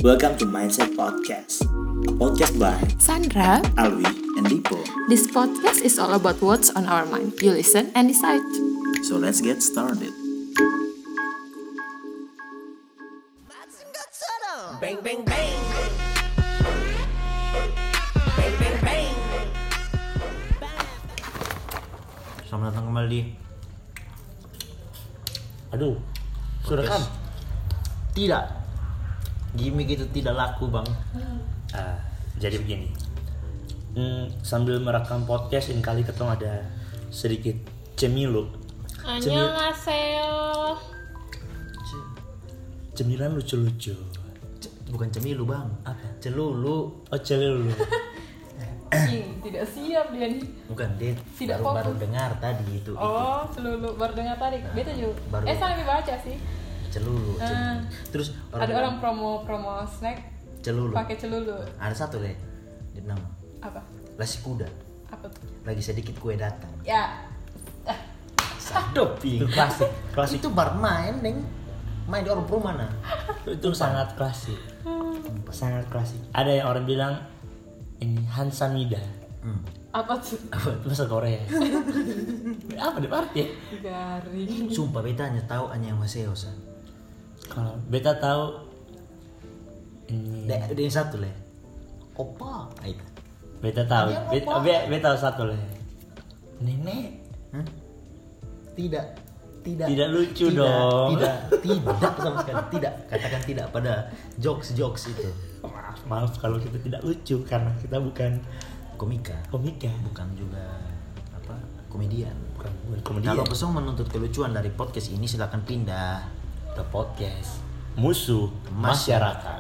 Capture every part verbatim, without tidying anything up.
Welcome to Mindset Podcast, a podcast by Sandra, Alwi, and Dipo. This podcast is all about what's on our mind. You listen and decide. So let's get started. Bang bang bang. Bang bang bang. Selamat datang kembali di Aduh, sudah kan? Tidak. Gimmick itu tidak laku, Bang. Uh, jadi begini, hmm, sambil merekam podcast ini kali ketemu ada sedikit cemilu. Annyeonghaseyo. Cemilan lucu-lucu. C- bukan cemilu, Bang. Apa? Celulu. Oh, cemilu. Ih, tidak siap dia nih. Bukan, dia Tidak baru, baru fokus. dengar tadi itu. Oh, selulu baru dengar tadi. Beta juga. Baru. Eh, saya lebih baca sih. Itu. Celulu. Ah. celulu. Terus Ada bilang, orang promo-promo snack celulu. pakai celulu. Ada satu deh. Di nama. Apa? Nasi kuda. Apa tuh? Lagi sedikit kue datang. Ya. Ah, Aduh, Itu klasik, klasik. Itu bar main, Neng. Main di orang rumah mana? Itu sangat klasik. Sangat klasik. Ada yang orang bilang ini Hansamida. Hmm. apa tuh? Apa itu bahasa Korea? Apa di part ya? Garing. Sumpah beta hanya tahu hanya yang maseo san. Kalau beta tahu ini Dek, ada yang satu leh. Opa, itu. beta tahu. Ada yang Beta, apa? beta, beta tahu satu lah. Nenek. Hah? Tidak, tidak, Tidak lucu tidak, dong. Tidak, tidak sama sekali. Tidak, katakan tidak pada jokes-jokes itu. Maaf, maaf kalau kita tidak lucu karena kita bukan Komika, komika, bukan juga apa komedian. bukan, bukan komedian. Kalau pesong menuntut kelucuan dari podcast ini, silakan pindah. The podcast musuh masyarakat.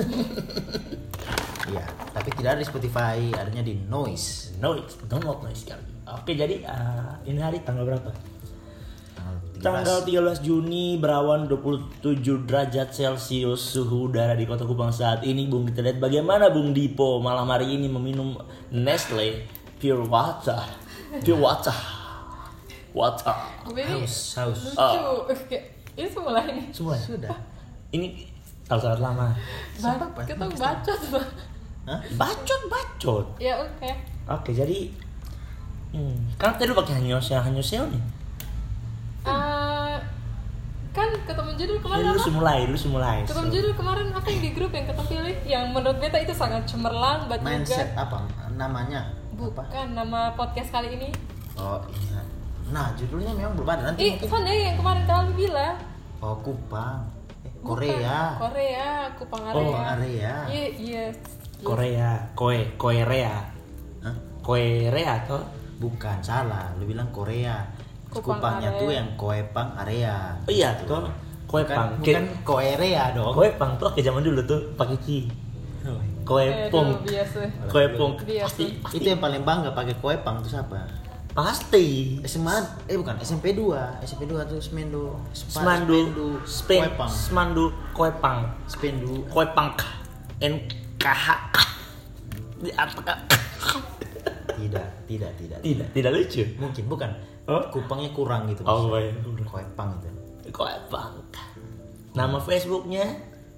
Iya, tapi tidak ada di Spotify, adanya di Noise. Noise, download noise sekali. Oke, jadi uh, ini hari tanggal berapa? Tanggal tiga belas. Tanggal tiga belas Juni, berawan dua puluh tujuh derajat Celcius suhu udara di Kota Kupang saat ini. Bung, kita lihat bagaimana Bung Dipo malam hari ini meminum Nestle Pure Water. Pure Water. Water. Gue ini Haus, haus. lucu. Oh. Kayak, ini semula ini. Semua. Sudah. Ini tahu sangat lama. Ba- Kita baca tuh. Hah? Bacot, bacot. Ya oke. Oke, jadi hmm, kan tadi lu pakai hanyoseo, hanyoseo nih. Ah, kan ketemu judul kemarin Lu apa? mulai, lu mulai. Ketemu judul kemarin apa yang di grup yang ketemu pilih yang menurut beta itu sangat cemerlang buat Mindset juga. apa namanya? Apa? Bukan nama podcast kali ini. Oh iya. Nah judulnya memang belum ada nanti. Ih, mungkin- Son ya yang kemarin kalau bilang. Oh Kupang. Eh, Bukan, Korea. Korea, Kupang area. Oh, Kupang area. Iya, iya. Korea, koe, koerea. Hah? Koerea atau Bukan, salah. Lu bilang Korea. Kupang Kupangnya area. tuh yang Koepang area. Oh iya, kok koepang. Bukan, bukan Koerea dong. Koepang tuh ke zaman dulu tuh pakai ki. Koepong. Aduh, biasa. Koepong. Biasa. Pasti, pasti. Itu yang paling bangga pakai Koepang tuh siapa? Pasti. S M A eh bukan S M P dua. S M P dua tuh Semendu. Spa- Semandu, Spendu. Spen, Koepang. Semandu, koepang, Spendu. koepang, N K H. Di atas. Tidak, tidak, tidak. Tidak, tidak lucu. Mungkin bukan. Oh? Kupangnya kurang gitu. Oh, maksudnya. iya. Koepang itu. Koepang. Nama Facebooknya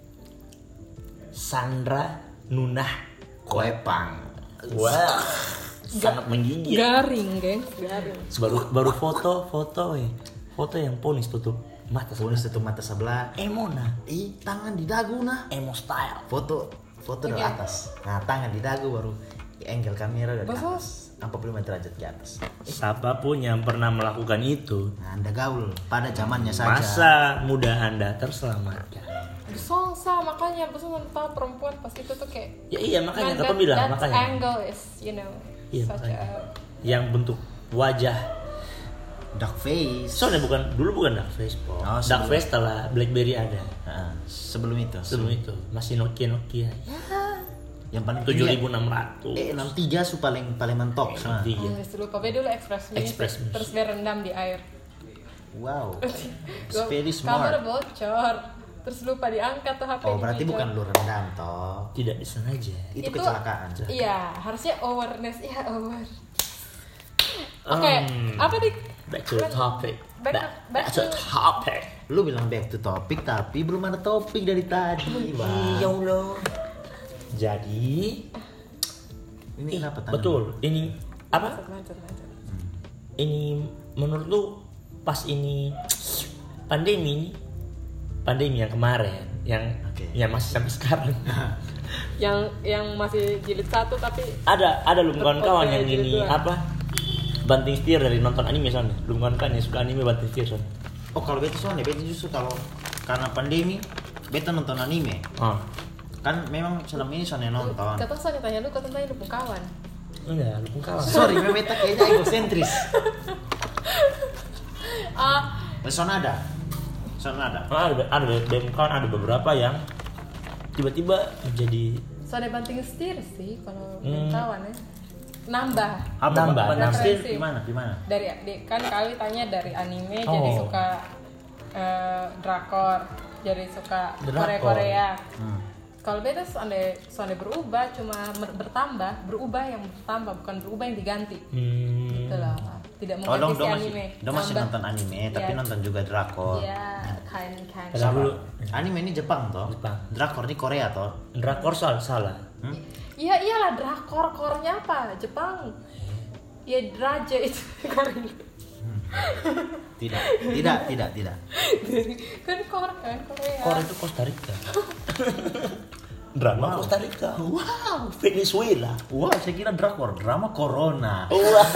Sandra Nunah Koepang. Wah, sangat menggigit. Garing, geng. Garing. Baru baru foto foto ya, foto yang ponis tutup mata Bonus sebelah. tutup mata sebelah. Emo nah, Ih, tangan di dagu nah. emo style. Foto foto dari Oke. atas. Nah, tangan di dagu baru angle kamera dari Masa? atas. empat puluh lima derajat ke atas. Siapapun yang pernah melakukan itu, Nah, Anda gaul pada zamannya saja. masa muda Anda terselamatkan. Besongsa makanya besong tahu perempuan pas itu tuh kayak Ya iya makanya Man, kata that- bilang that makanya. angle is you know Iya, such makanya. a Yang bentuk wajah. Dark face. Soalnya bukan dulu bukan dark face, po. Oh, dark sebelum. face setelah BlackBerry ada. Nah, sebelum itu. Sebelum itu masih Nokia Nokia. Yang paling tujuh tinggi. ribu enam ratus. Eh, enam tiga su paling paling mentok. Nah. Tiga. Iya, dulu Pape dulu express music, Express music. terus dia rendam di air. Wow. It's Gua- very Kamar smart. bocor, terus lupa diangkat tuh H P. Oh, berarti di bukan lu rendam toh. Tidak disengaja. Itu, kecelakaan. Iya, harusnya awareness ya aware. Oke, Um, apa nih? Back to the topic. back to, back That's to a topic. Lu bilang back to topic tapi belum ada topik dari tadi, Bang. Ya Allah. Jadi Ini ih, kenapa tangan? betul. Ini apa? lanjut, lanjut. Ini menurut lu pas ini pandemi ini pandemi yang kemarin yang Oke. yang masih sampai sekarang yang yang masih jilid satu tapi ada ada lu kawan-kawan Oke, yang jilid ini dua. apa banting setir dari nonton anime soalnya lu kawan-kawan yang suka anime banting setir soalnya Oh, kalau beta soalnya beta justru kalau karena pandemi beta nonton anime. ah Kan memang selama ini soalnya nonton. kata soalnya tanya lu kata tanya lu pun kawan. enggak lu kawan Sorry, memang beta kayaknya egosentris. Ah, Soalnya ada. Soalnya ada. ah, ada ada ada kawan ada beberapa yang tiba-tiba menjadi soalnya banting setir sih kalau Hmm. kawan ya. Nambah Apa Nambah, Bang? nambah. Stir gimana? Gimana? dari di- kan kali tanya dari anime Oh. jadi suka eh, drakor, jadi suka Drakor. Korea Korea. Hmm. Kalau beta soalnya soalnya berubah cuma mer- bertambah, berubah yang bertambah bukan berubah yang diganti. hmm, Gitu lah. Tidak Oh, dong, mengganti si dong masih, anime. dong masih Nambah. nonton anime, tapi Iya. nonton juga drakor. Iya, kan kan. Padahal dulu Anime ini Jepang toh? Jepang. Drakor ini Korea toh? drakor salah salah Iya iyalah drakor, kornya apa? Jepang. Ya Draja itu Korea. Tidak, tidak, tidak, tidak. Kan kor kan Korea. Korea itu Costa Rica drama Costa Rica wow Venezuela Wah, saya kira drakor, drama Corona. wah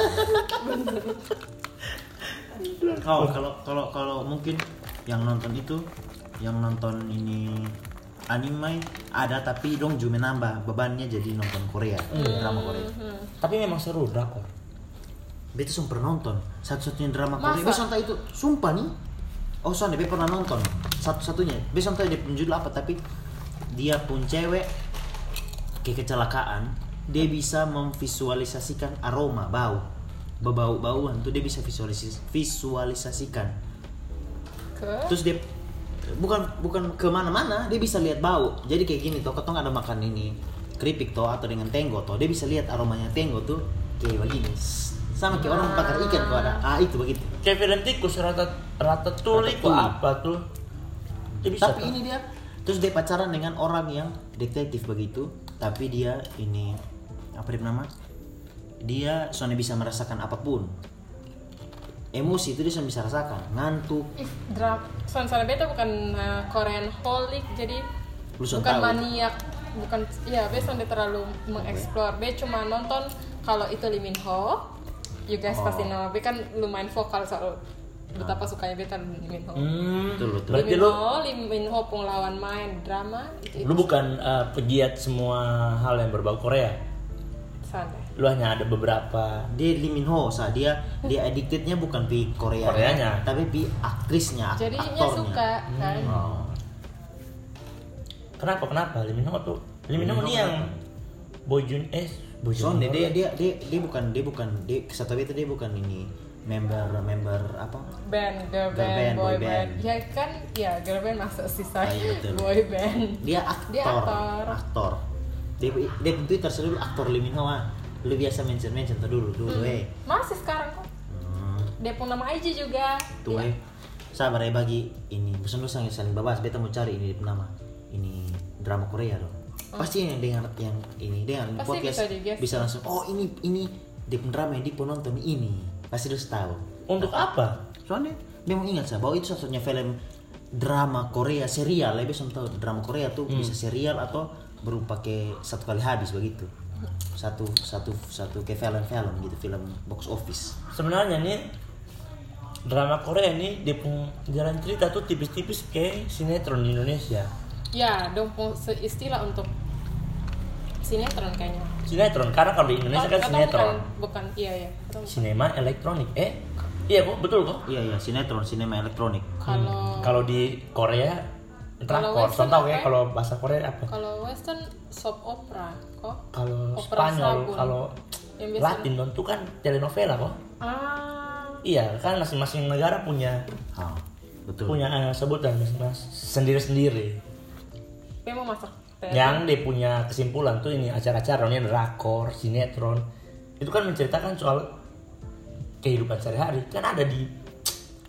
Kau kalau kalau kalau mungkin yang nonton itu, yang nonton ini anime ada tapi dong juga menambah bebannya jadi nonton Korea, drama Korea. tapi memang seru drakor Beta sumpah pernah nonton satu-satunya drama Masa? Korea. Beta sontak itu, sumpah nih. Oh soalnya beta pernah nonton satu-satunya. Beta sontak dia pun judul apa tapi dia pun cewek kayak kecelakaan. Dia bisa memvisualisasikan aroma bau, bau-bauan tuh dia bisa visualis visualisasikan. Ke Terus dia bukan bukan kemana-mana, dia bisa lihat bau. Jadi kayak gini toh, ketong ada makan ini keripik toh atau dengan tenggo toh, dia bisa lihat aromanya tenggo tuh kayak begini. Sama kayak orang bakar ikan kok ada. Ah itu begitu. kayak film tikus rata rata tuli kok Ratatouille. apa tuh dia bisa Tapi tuh. ini dia terus dia pacaran dengan orang yang detektif begitu, tapi dia ini apa dia nama? Dia soalnya bisa merasakan apapun. Emosi itu dia soalnya bisa rasakan, ngantuk. ih drak. Soalnya beta bukan uh, Korean holic jadi Lu sudah bukan tahu. maniak, bukan iya beta soalnya terlalu mengeksplor. Be cuma nonton kalau itu Lee Min Ho. You guys Oh. pasti nama be kan lumayan vokal soal betapa sukanya beta Lee Min Ho. hmm, Betul, betul. Lee berarti Min lu Ho, Lee Min Ho pun lawan main drama itu, itu lu bukan uh, pegiat semua hal yang berbau Korea sana. lu hanya ada beberapa Dia Lee Min Ho, sa dia dia addictednya bukan pi Korea, Koreanya. tapi pi aktrisnya, ak- Jadinya aktornya. suka kan. Oh. kenapa kenapa Lee Min Ho tuh Lee Min Ho ini yang Boyjun eh Boyjun Soalnya dia dia dia dia bukan dia bukan dia satu itu dia bukan ini member member apa? Band, girl Girl band, band, boy boy band. band. Ya kan, ya girl band masuk sih saya. Ah, iya, betul. Boy band. Dia aktor. Dia aktor. Aktor. Dia dia di Twitter selalu aktor Lee Min Ho. ah. Lu biasa mention-mention tuh dulu dulu eh. Masih sekarang kok. Hmm, Dia pun nama I G juga. tuh Dia- eh. Sabar ya bagi ini. Pesan lu saling saling babas beta mau cari ini nama. Ini drama Korea dong. Pasti yang dengar yang ini dengar Pasti podcast bisa di-guess. bisa langsung oh ini ini di drama yang di nonton ini. Pasti lu tahu. untuk apa Soalnya memang ingat saya bahwa itu satu-satunya film drama Korea serial. Lebih bisa tahu drama Korea tuh bisa serial atau baru pakai satu kali habis begitu. Satu satu satu kayak film-film gitu, film box office. sebenarnya nih drama Korea ini dia punya jalan cerita tuh tipis-tipis kayak sinetron di Indonesia Ya, dong pun istilah untuk sinetron kayaknya. sinetron karena kalau di Indonesia kan Atau sinetron Bukan, bukan, iya ya. Atau sinema elektronik eh iya kok betul kok Iya iya sinetron, sinema elektronik. kalau kalau di Korea Kalau drakor western contoh ya apa? kalau bahasa Korea apa kalau western soap opera kok. kalau Opera Spanyol sabun. kalau Yang biasa- Latin itu kan telenovela kok Ah, iya kan masing-masing negara punya Ah, betul. punya eh, sebutan masing-masing sendiri-sendiri memang masak teater. yang dia punya kesimpulan tuh ini acara-acara ini drakor, sinetron itu kan menceritakan soal kehidupan sehari-hari kan ada di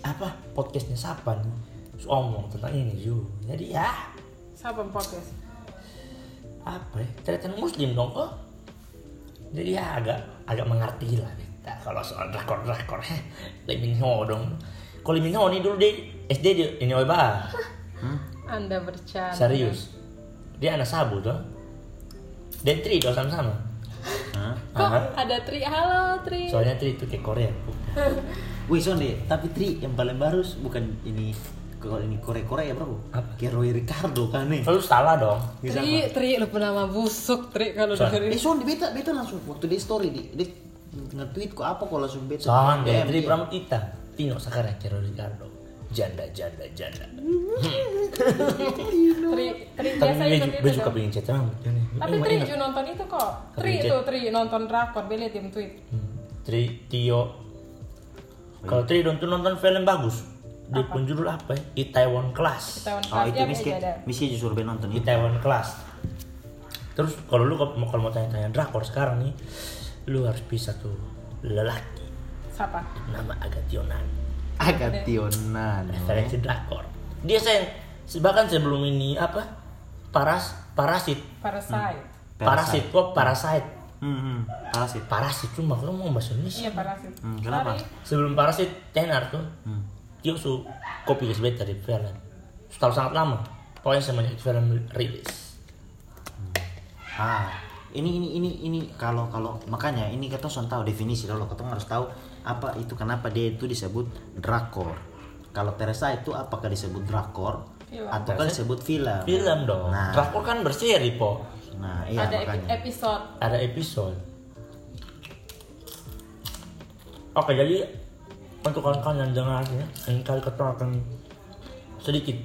apa podcastnya siapa nih terus omong tentang ini juga. Jadi ya Siapa podcast? apa ya cerita muslim dong kok. Jadi ya agak agak mengerti lah kita kalau soal drakor drakor. Lee Min Ho dong. Kalau Lee Min Ho nih dulu dia S D dia ini oba. Anda bercanda. Serius. Dia anak sabu tuh. Dan Tri dong sama-sama. Hah? Kok Aha. ada Tri? Halo Tri. Soalnya Tri itu kayak Korea. Wih Sonde, tapi Tri yang paling baru bukan ini kalau ini Korea-Korea bro. Apa? Kayak Roy Ricardo kan nih. Lalu salah dong. Tri, Tri lu nama busuk Tri kalau Son. dengerin. Eh Sonde beta beta langsung waktu di story di dia nge-tweet kok apa kok langsung beta. Soalnya D M Tri dia. Pramudita. Tino sekarang kayak Ricardo. Janda janda janda. Tri, Tri Tapi biasa gue ikut juga, itu gue juga dong. pengen chat rambut ini. Tapi Emang Tri enak. juga nonton itu kok. Tapi Tri Jet- itu Tri nonton drakor, beli tim tweet. Hmm. Tri Tio. Kalau Tri nonton nonton film bagus. Dia Apa? pun judul apa ya? Itaewon Class. Tahun Oh itu kelasnya miski beda. miski justru ben nonton itu. Itaewon Class. Terus kalau lu kalau mau kalau mau tanya-tanya drakor sekarang nih, lu harus bisa tuh lelaki Siapa? nama Agationan. Agationan. Referensi drakor. Dia sayang bahkan sebelum ini apa? Paras Parasit. Parasite. Parasit kok Parasite. Hmm, hmm. Parasit. Parasit cuma lu mau bahasa Indonesia. Iya Parasit. Hmm, kenapa? Sorry. Sebelum Parasit tenar tuh. Hmm. Dia su kopi ke sebentar dari film. Setelah sangat lama. Pokoknya semenjak film rilis. Ah, ini ini ini ini kalau kalau makanya ini kita harus tahu definisi dulu. Kita harus tahu apa itu kenapa dia itu disebut drakor. Kalau Parasite itu apakah disebut drakor Film. ataukah disebut film? Film dong. Nah. Drakor kan berseri po. Nah, iya Ada epi- makanya. episode. Ada episode. Oke, jadi untuk kawan-kawan yang dengar ya, ini kali kita akan sedikit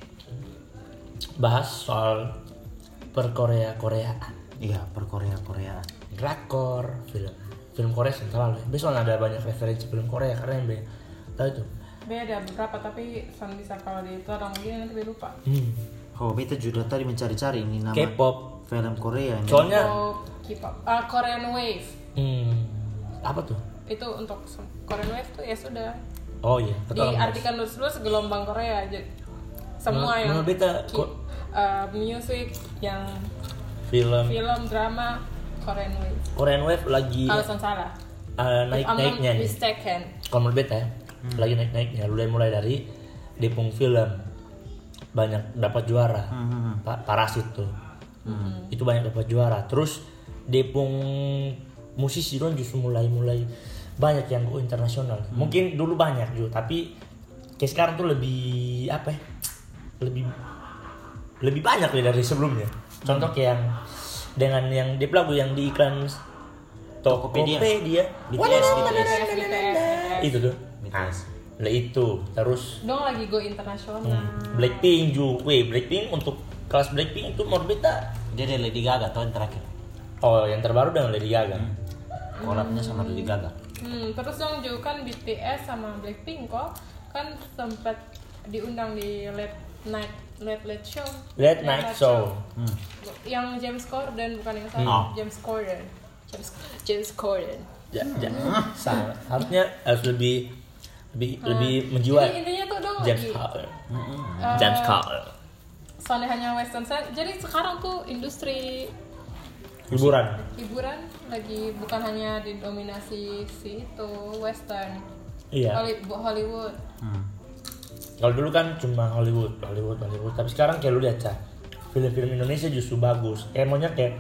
bahas soal perkorea-koreaan, Iya, perkorea-koreaan. drakor, film, film Korea selalu. Besok ada banyak referensi film Korea karena yang be- tahu itu. Beda beberapa tapi Son bisa kalau di itu orang begini nanti lupa. Hmm. Oh, beta juga tadi mencari-cari ini nama K-pop. film Korea. ini. Soalnya, Oh, K-pop. Ah, Korean Wave. hmm, apa tuh? Itu untuk sem- Korean Wave tuh ya sudah. Oh iya, betul. Diartikan lurus-lurus gelombang Korea aja. Semua Menurut- yang menurut beta, ki- ko- uh, music, yang film film, drama, Korean Wave. Korean Wave lagi Kalau Son salah. uh, naik-naiknya I'm not nih. mistaken. Kalau menurut beta ya, lagi naik-naiknya. Mulai mulai dari Depung film banyak dapat juara. Hmm, Pa- Parasit tuh. Itu banyak dapat juara. Terus Depung musisi dong justru mulai-mulai banyak yang go internasional. Mungkin dulu banyak juga, tapi kayak sekarang tuh lebih apa ya? Lebih lebih banyak nih dari sebelumnya. Contoh kayak yang dengan yang di lagu yang di iklan Tokopedia. Tokopedia. B T S, B T S. B T S, B T S. Itu tuh. B T S. Lah itu. Terus Dong lagi go internasional. hmm, Blackpink juga. Weh, Blackpink untuk kelas Blackpink itu menurut beta. Dia ada Lady Gaga tahun terakhir. Oh, yang terbaru dengan Lady Gaga. Collabnya sama Lady Gaga. Hmm, terus dong juga kan B T S sama Blackpink kok kan sempat diundang di late night late late show. Late Night Show. Hmm. Yang James Corden bukan yang salah, Hmm. James Corden. James James Corden. Ya, ya. Salah. Harusnya harus lebih lebih lebih menjiwai. Jadi intinya tuh dong James lagi Corden. eh, James Corden. soalnya hanya western set. Jadi sekarang tuh industri Hiburan. hiburan lagi bukan hanya didominasi si itu western. Iya. Holly- Hollywood. Hmm. Kalau dulu kan cuma Hollywood, Hollywood, Hollywood. Tapi sekarang kayak lu lihat Cah, film-film Indonesia justru bagus. Kayak maunya kayak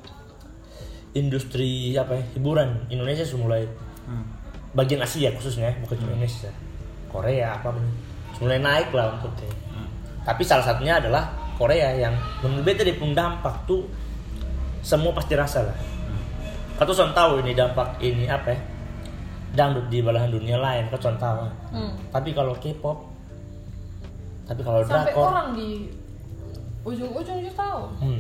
industri apa ya, hiburan Indonesia sudah mulai Hmm. bagian Asia khususnya, bukan cuma Indonesia, Korea apa pun, mulai naik lah untuk kayak. Tapi salah satunya adalah Korea yang menurut beta dia pun dampak tuh semua pasti rasa lah. Kau tuh son tahu ini dampak ini apa ya? Dangdut di belahan dunia lain, kau son tahu. Hmm. Tapi kalau K-pop, tapi kalau Sampai drakor, orang di ujung-ujung juga tahu. hmm,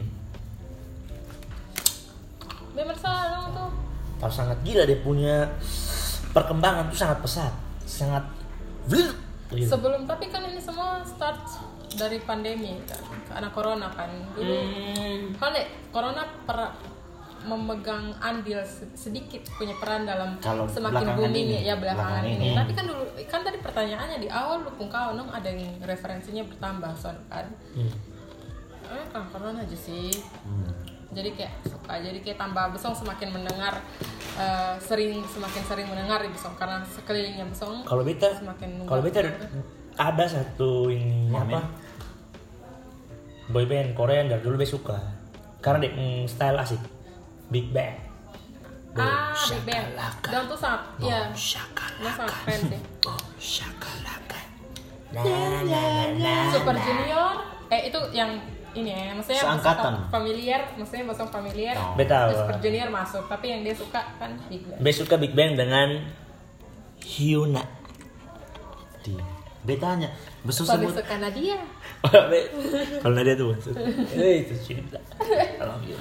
Memang salah dong tuh. tahu sangat gila dia punya perkembangan tuh sangat pesat, sangat vlug, gitu. Sebelum tapi kan ini semua start dari pandemi kan, karena corona kan dulu. Hmm. Kan nih, corona per memegang andil se- sedikit punya peran dalam Kalau semakin belakangan booming ini, ya belakangan belakangan ini. ini. Tapi kan dulu kan tadi pertanyaannya di awal lu pun kau nong ada yang referensinya bertambah son kan. Hmm. Eh kan karena aja sih. Hmm. Jadi kayak suka jadi kayak tambah besong semakin mendengar eh, sering semakin sering mendengar di besong karena sekelilingnya besong Kalau beta, semakin kalau beta nunggak. ada satu ini Momen. apa? Boyband Korea yang dari dulu beta suka. Karena dia mm, style asik. Big Bang. Ah, Big Bang. Dan tuh sangat ya. Shakalaka. Dia sangat keren sih. Oh, shakalaka. Na na na na. Super Junior eh itu yang ini ya maksudnya Seangkatan. masuk familiar maksudnya masuk familiar Oh. Beta terus Super Junior masuk tapi yang dia suka kan Big Bang. beta suka Big Bang dengan Hyuna. Di betanya besok Paling sebut suka Nadia. Be- Kalau Nadia tuh maksud. Eh itu cinta. I love you.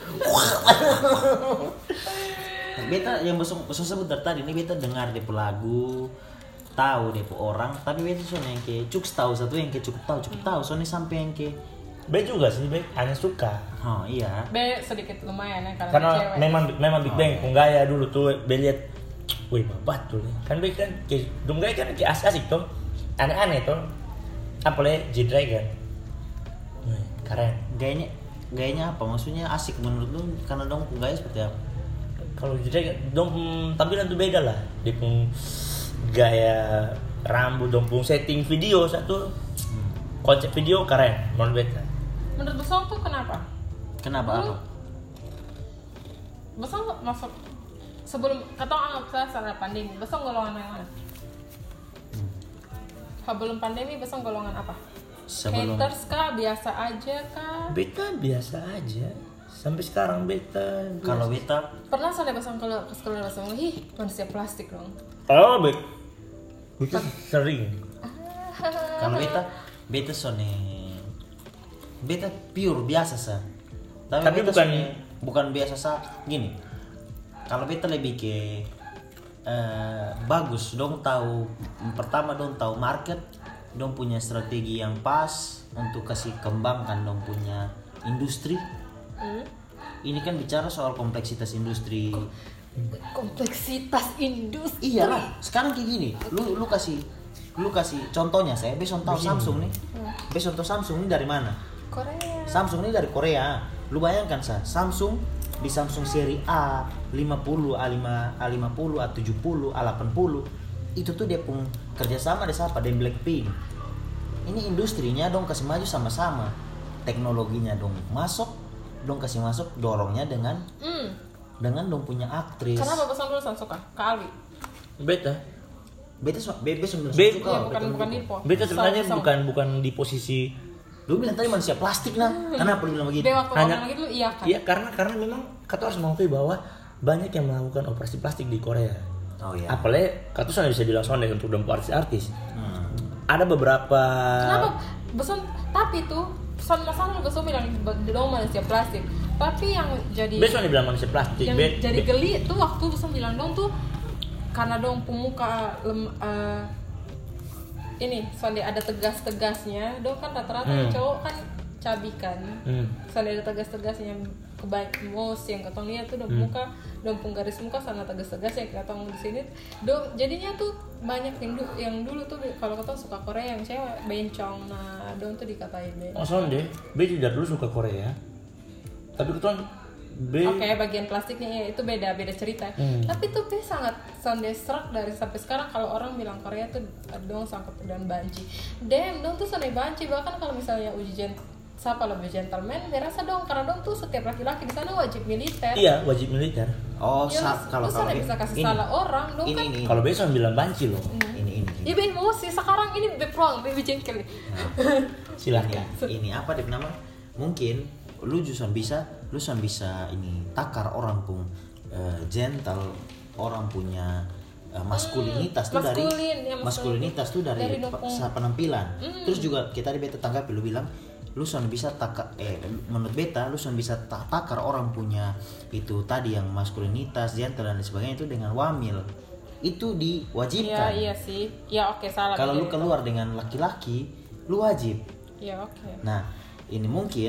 beta yang besok besok sebut dari tadi ini beta dengar dia lagu tahu dia orang tapi beta soalnya yang ke cukup tahu satu yang ke cukup tahu cukup tahu soalnya sampai yang ke Be juga sih, Be hanya suka. oh iya B sedikit lumayan ya karena, Karena cewek. memang memang Big Bang kung gaya dulu tuh Be lihat wih babat tuh kan Be kan kayak dong gaya kan kayak asik tuh aneh-aneh tuh apalagi G-Dragon. Wih, keren. gayanya gayanya apa maksudnya asik menurut lu karena dong gaya seperti apa Kalau G-Dragon dong hmm, tampilan tuh beda lah. Dia pun gaya rambut dong pun setting video satu konsep video keren menurut beta. menurut Besong tuh kenapa? kenapa Dulu, apa Besong masuk sebelum kata anggap saya salah pandemi Besong golongan yang mana? Sebelum pandemi Besong golongan apa? sebelum Haters kah? Biasa aja kah? Beta biasa aja. Sampai sekarang beta. biasa. kalau beta Pernah soalnya Besong kalau ke sekolah Besong ih manusia plastik dong. Oh, Be. Beta sering. kalau beta beta soalnya beta pure biasa sa Tapi beta bukan- soalnya bukan biasa sa gini kalau beta lebih ke eh, bagus dong tahu pertama dong tahu market dong punya strategi yang pas untuk kasih kembangkan dong punya industri Hmm? ini kan bicara soal kompleksitas industri Kompleksitas industri. iyalah sekarang kayak gini lu lu kasih lu kasih contohnya saya besok tahu Samsung nih besok tahu Samsung ini dari mana Korea. Samsung ini dari Korea. Lu bayangkan sa, Samsung di Samsung seri A lima puluh, A lima, A lima puluh, A tujuh puluh, A delapan puluh itu tuh dia pun kerjasama deh siapa? Dan Blackpink. Ini industrinya dong kasih maju sama-sama. Teknologinya dong masuk, dong kasih masuk dorongnya dengan Hmm. dengan dong punya aktris. Kenapa Besong dulu Besong suka? Ke Alwi. Beta. Beta so, bebe sebenarnya Be- suka. Iya, Beta bukan bukan suka. Dipo. Beta sebenarnya Besong. bukan bukan di posisi. Lu bilang tadi manusia plastik nah. Kenapa lu bilang begitu? Dia waktu Hanya- ngomong gitu iya kan. Iya karena karena memang kata harus mengakui bahwa banyak yang melakukan operasi plastik di Korea. Oh iya. Apalagi kata sudah bisa bilang soalnya untuk dempu artis-artis. Hmm. Ada beberapa. Kenapa Besong tapi tuh sama masalah Besong bilang dong manusia plastik. Tapi yang jadi Besok dibilang manusia plastik. yang Be- jadi be- geli tuh waktu Besong bilang dong tuh karena dong pemuka lem, eh, ini soalnya ada tegas-tegasnya dong kan rata-rata Hmm. cowok kan cabi kan Hmm. soalnya ada tegas-tegasnya kebaik mos yang ketong lihat tuh dong Hmm. muka dong penggaris muka sangat tegas-tegas yang ketong di sini dong jadinya tuh banyak yang, du- yang dulu tuh kalau ketong suka Korea yang cewek bencong nah dong tuh dikatain deh. Oh soalnya deh, Be tidak dulu suka Korea. Tapi kebetulan Be Oke, bagian plastiknya ya, itu beda beda cerita. Hmm. Tapi tuh Be sangat soundnya serak dari sampai sekarang kalau orang bilang Korea tuh dong sangkut dan banci. Damn, dong tuh soundnya banci bahkan kalau misalnya uji gent siapa lebih gentleman, berasa dong karena dong tuh setiap laki-laki di sana wajib militer. iya wajib militer. Oh, Ya, sa- lu- kalau lu kalau soalnya bisa kasih ini, salah orang dong ini, kan. ini, Kalau Be bilang banci loh. ini, ini, ini. Ya Be emosi sekarang ini Be wrong, Be jengkel. Silahkan. ini, ini apa deh nama mungkin lu justru bisa lu justru bisa ini takar orang pun eh, gentle orang punya eh, maskulinitas tuh dari maskulin, ya, maskulin. maskulinitas tuh dari, Dari pe- dukung. sa- penampilan terus juga kita di beta tanggapi lu bilang lu justru bisa takar eh menurut beta lu justru bisa ta- takar orang punya itu tadi yang maskulinitas gentle dan lain sebagainya itu dengan wamil itu Iya diwajibkan iya sih. Ya oke salah. kalau Be. lu keluar dengan laki-laki lu wajib Ya oke. nah ini mungkin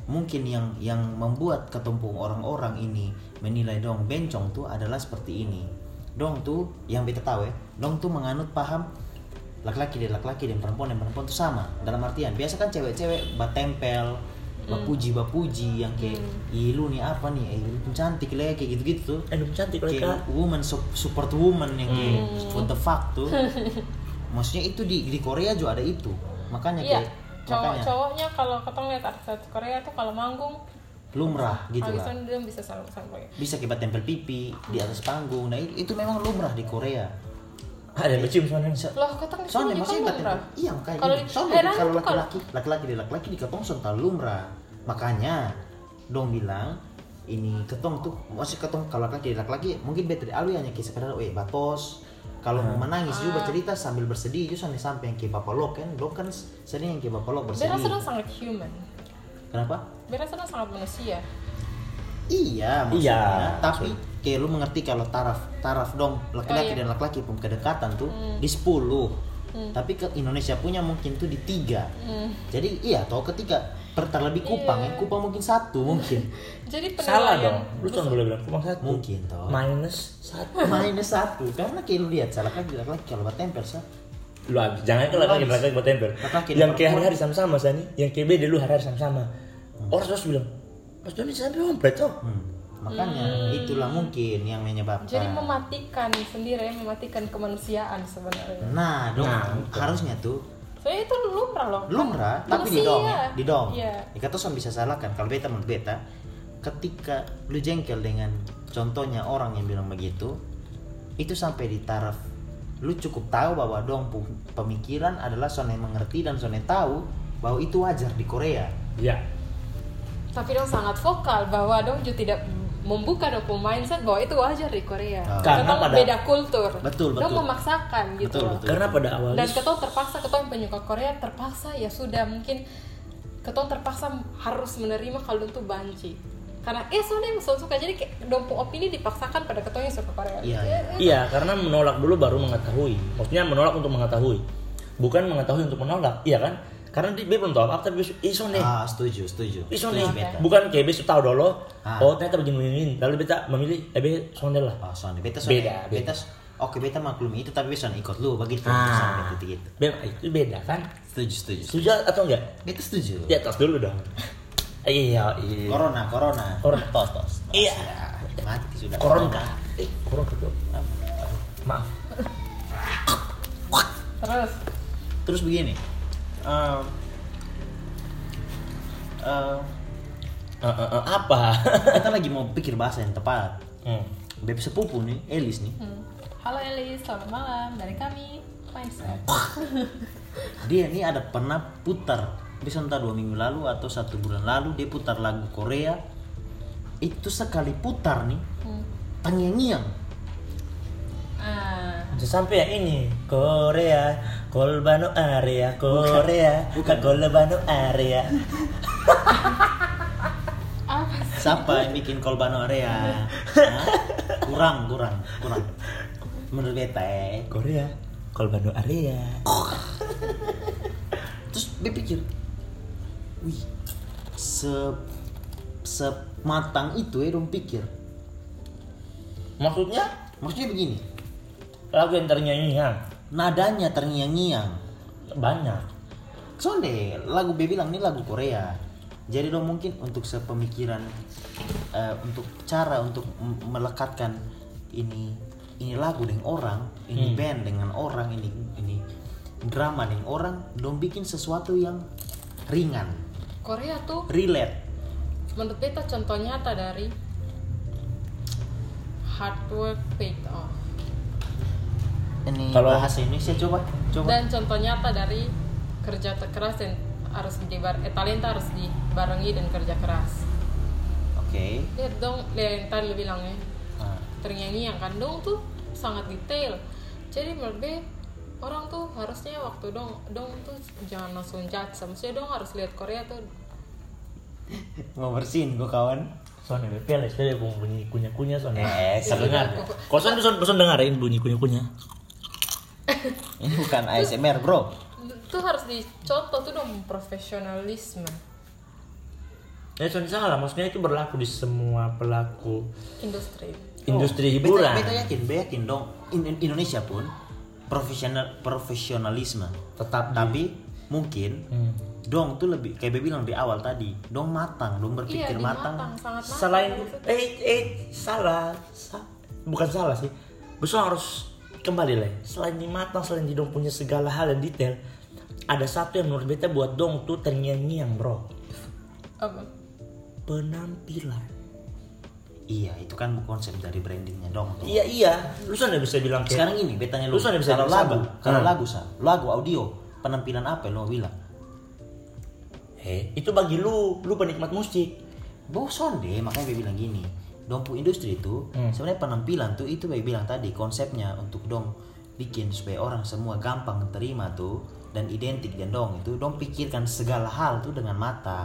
mungkin yang yang membuat ketumpung orang-orang ini menilai dong bencong tuh adalah seperti ini. Dong tuh yang beta tahu ya, dong tuh menganut paham laki-laki dan laki-laki dan perempuan dan perempuan tuh sama. Dalam artian biasa kan cewek-cewek batempel, bapuji-bapuji yang kayak ih lu nih apa nih, eh lu pun cantik lah kayak gitu-gitu tuh. Eh lu cantik lah Kayak woman su- support woman yang kayak what the fuck tuh. Maksudnya itu di di Korea juga ada itu. Makanya Iya, kayak cowok makanya cowoknya kalau ketemu lihat artis Korea tuh kalau manggung lumrah gitu lah. Alisan dia bisa sampai Bisa kita tempel pipi di atas panggung. Nah itu, itu memang lumrah di Korea. Ada yang bercium soalnya. loh ketemu di Soalnya sini maksudnya kan batempel. lumrah. Iya kayak Kalau gitu. di- Soalnya heran kalau tuh kalau- laki-laki, laki-laki di laki-laki di ketong sontal lumrah. Makanya dong bilang ini ketong tuh masih ketong kalau laki-laki di laki-laki mungkin beda dari alu hanya kayak sekedar eh batos. Kalau mau menangis juga bercerita sambil bersedih juga sampai sampai yang kayak bapak lok kan, lok kan sering yang kayak bapak lok Bera bersedih. sedang sangat human. Kenapa? Bera sedang sangat manusia. Iya, maksudnya. Iya, Tapi kayak lu mengerti kalau taraf taraf dong laki-laki Oh, iya. dan laki-laki pun kedekatan tuh di sepuluh. Tapi ke Indonesia punya mungkin tuh di tiga. Jadi iya, atau ketika per terlebih Kupang ya, Kupang mungkin satu mungkin. Jadi Salah penilaian dong. Lu cuma boleh bilang Kupang satu. Mungkin toh. Minus satu. Minus satu karena kayak lu lihat salah laki laki kalau batempel sah. Lu abis, jangan ke laki laki buat tempel. Laki-laki Yang dan kayak perempuan. hari-hari sama-sama Sani, yang kayak beda lu hari-hari sama-sama. Orang terus bilang, Mas Doni sampai ompret tuh. Hmm. Makanya itulah mungkin yang menyebabkan. jadi mematikan sendiri, mematikan kemanusiaan sebenarnya. Nah, dong Nah, harusnya tuh Soalnya itu lumrah loh. lumrah tapi di Manusia. dong ya, di dong. Iya. Ya kata son bisa salahkan kalau beta menurut beta ketika lu jengkel dengan contohnya orang yang bilang begitu itu sampai di taraf lu cukup tahu bahwa dong pu- pemikiran adalah son yang mengerti dan son yang tahu bahwa itu wajar di Korea. Iya. Tapi dong sangat vokal bahwa dong juga tidak membuka dong mindset bahwa itu wajar di Korea. Ah. Karena Ketong pada- beda kultur. Betul, Dong betul. memaksakan gitu Betul, loh. betul. Karena pada awalnya Dan ketong terpaksa, ketong yang penyuka Korea terpaksa ya sudah mungkin ketong terpaksa harus menerima kalau dong tuh banci. Karena eh soalnya yang suka jadi kayak dong pun opini dipaksakan pada ketong yang suka Korea. Iya, Eh, iya. eh, Iya, karena menolak dulu baru mengetahui. Maksudnya menolak untuk mengetahui, bukan mengetahui untuk menolak. Iya kan? Karena dia belum tahu apa tapi iso nih. Ah, setuju, setuju. Iso Setuju, nih. beta. Bukan kayak besok tahu dulu. Ah. Oh ternyata begini-begini. Lalu beta memilih eh be sondel lah. Oh, soalnya beta soalnya Beda, beta, oke beta maklumi itu tapi beta ikut lu begitu Ah. sampai gitu. Be, itu beda kan? Setuju, setuju. Setuju atau enggak? Beta setuju. Ya tos dulu dong. Iya, iya. Corona, corona. Corona. Tos, tos. tos. Iya. Ya, mati sudah. Koron kah? Eh, koron kah? Maaf. Terus Terus begini. em, em, Eh, eh, eh, apa? kita lagi mau pikir bahasa yang tepat. Hmm. Beb sepupu nih, Elis nih. hmm. Halo Elis, selamat malam dari kami Mindset. Dia nih ada pernah putar, bisa entah dua minggu lalu atau satu bulan lalu dia putar lagu Korea. Itu sekali putar nih, Hmm. tangiang-ngiang. Ah, Sampai yang ini Korea, Kolbano area Korea, bukan Kolbano area. apa sih? Siapa yang bikin Kolbano area? Hah? Kurang, kurang, kurang. Menurut beta eh. Korea, Kolbano area. Terus dia pikir, wih, se sematang itu ya dong pikir. Maksudnya Maksudnya begini, lagu yang ternyanyi-nyanyi nadanya terngiang-ngiang. banyak. Soalnya lagu B bilang ini lagu Korea. Jadi dong mungkin untuk sepemikiran, eh, untuk cara untuk m- melekatkan ini ini lagu dengan orang, ini Hmm. band dengan orang, ini ini drama dengan orang, dong bikin sesuatu yang ringan, Korea tuh relate. menurut beta contoh nyata dari hard work paid off Ini Kalau- bahasa Indonesia coba, coba. dan contoh nyata dari kerja keras dan harus dibar eh, talenta harus dibarengi dan kerja keras. Oke. Lihat dong, lihat yang tadi lu bilang ya, Ah, ternyanyi yang kandung tuh sangat detail. Jadi menurut be orang tuh harusnya waktu dong dong tuh jangan langsung judge. Maksudnya dong harus lihat Korea tuh mau bersihin gua kawan. Soalnya peles, peles bunyi kunyah-kunyah soalnya. Eh, dengar. Kosan tuh kosan dengerin bunyi kunyah-kunyah. Ini bukan A S M R bro. tuh harus dicontoh tuh dong profesionalisme. Ya soalnya salah, maksudnya itu berlaku di semua pelaku Industri. industri Oh, hiburan. Beta, beta yakin, beta yakin dong. In- Indonesia pun profesional profesionalisme. Tetap di- Tapi mungkin Hmm. dong tuh lebih kayak beta bilang di awal tadi, dong matang, dong berpikir Iya, di matang. matang, sangat matang. Selain maksudnya. eh eh salah, Sa- bukan salah sih. Besok harus kembali lah. Selain di matang, selain di dong punya segala hal yang detail, ada satu yang menurut beta buat dong tuh terngiang-ngiang bro. Apa? Penampilan. Iya, itu kan konsep dari brandingnya dong. Tuh. Iya iya, lu sana bisa bilang kayak Sekarang ini betanya lu, Lu sana bisa kalau bilang lagu, sabar. kalau Hmm. lagu sa, lagu audio, penampilan apa yang lo bilang? Eh, itu bagi lu, lu penikmat musik. Bosan deh, makanya gue bilang gini. Dompu industri itu Hmm. sebenarnya penampilan tuh itu gue bilang tadi konsepnya untuk dong bikin supaya orang semua gampang terima tuh dan identik dan dong itu dong pikirkan segala hal tuh dengan matang.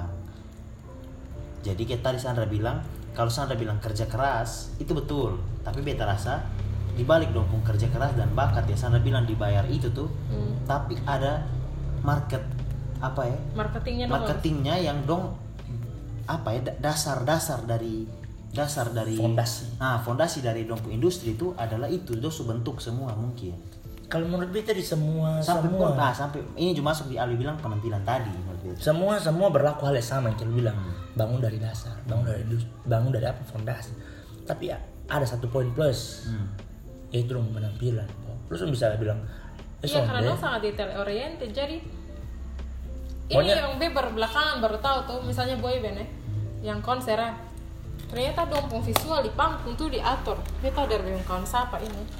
Jadi kayak tadi Sandra bilang, kalau Sandra bilang kerja keras itu betul, tapi beta rasa dibalik dong pun kerja keras dan bakat ya Sandra bilang dibayar itu tuh, Hmm. tapi ada market apa ya? Marketingnya dong. Marketingnya yang dong apa ya da- dasar-dasar dari dasar dari Fondasi. Nah, fondasi dari dompu industri itu adalah itu itu bentuk semua mungkin. Kalau menurut beta di semua Sampai semua pun, nah, sampai ini cuma masuk di Ali bilang penampilan tadi menurut beta. semua semua berlaku hal yang sama yang kita bilang, bangun dari dasar, bangun dari industri, bangun dari apa fondasi. Tapi ya, ada satu poin plus, Hmm. yaitu dong penampilan. Lu kan bisa bilang, eh, Iya, karena sonde, dong sangat detail oriented. Jadi ini Pokoknya- yang be baru belakangan baru tahu tuh, misalnya boyband ya, yang konser ya, ternyata dong pun visual di panggung tuh diatur. Kita dari yang kawan siapa ini.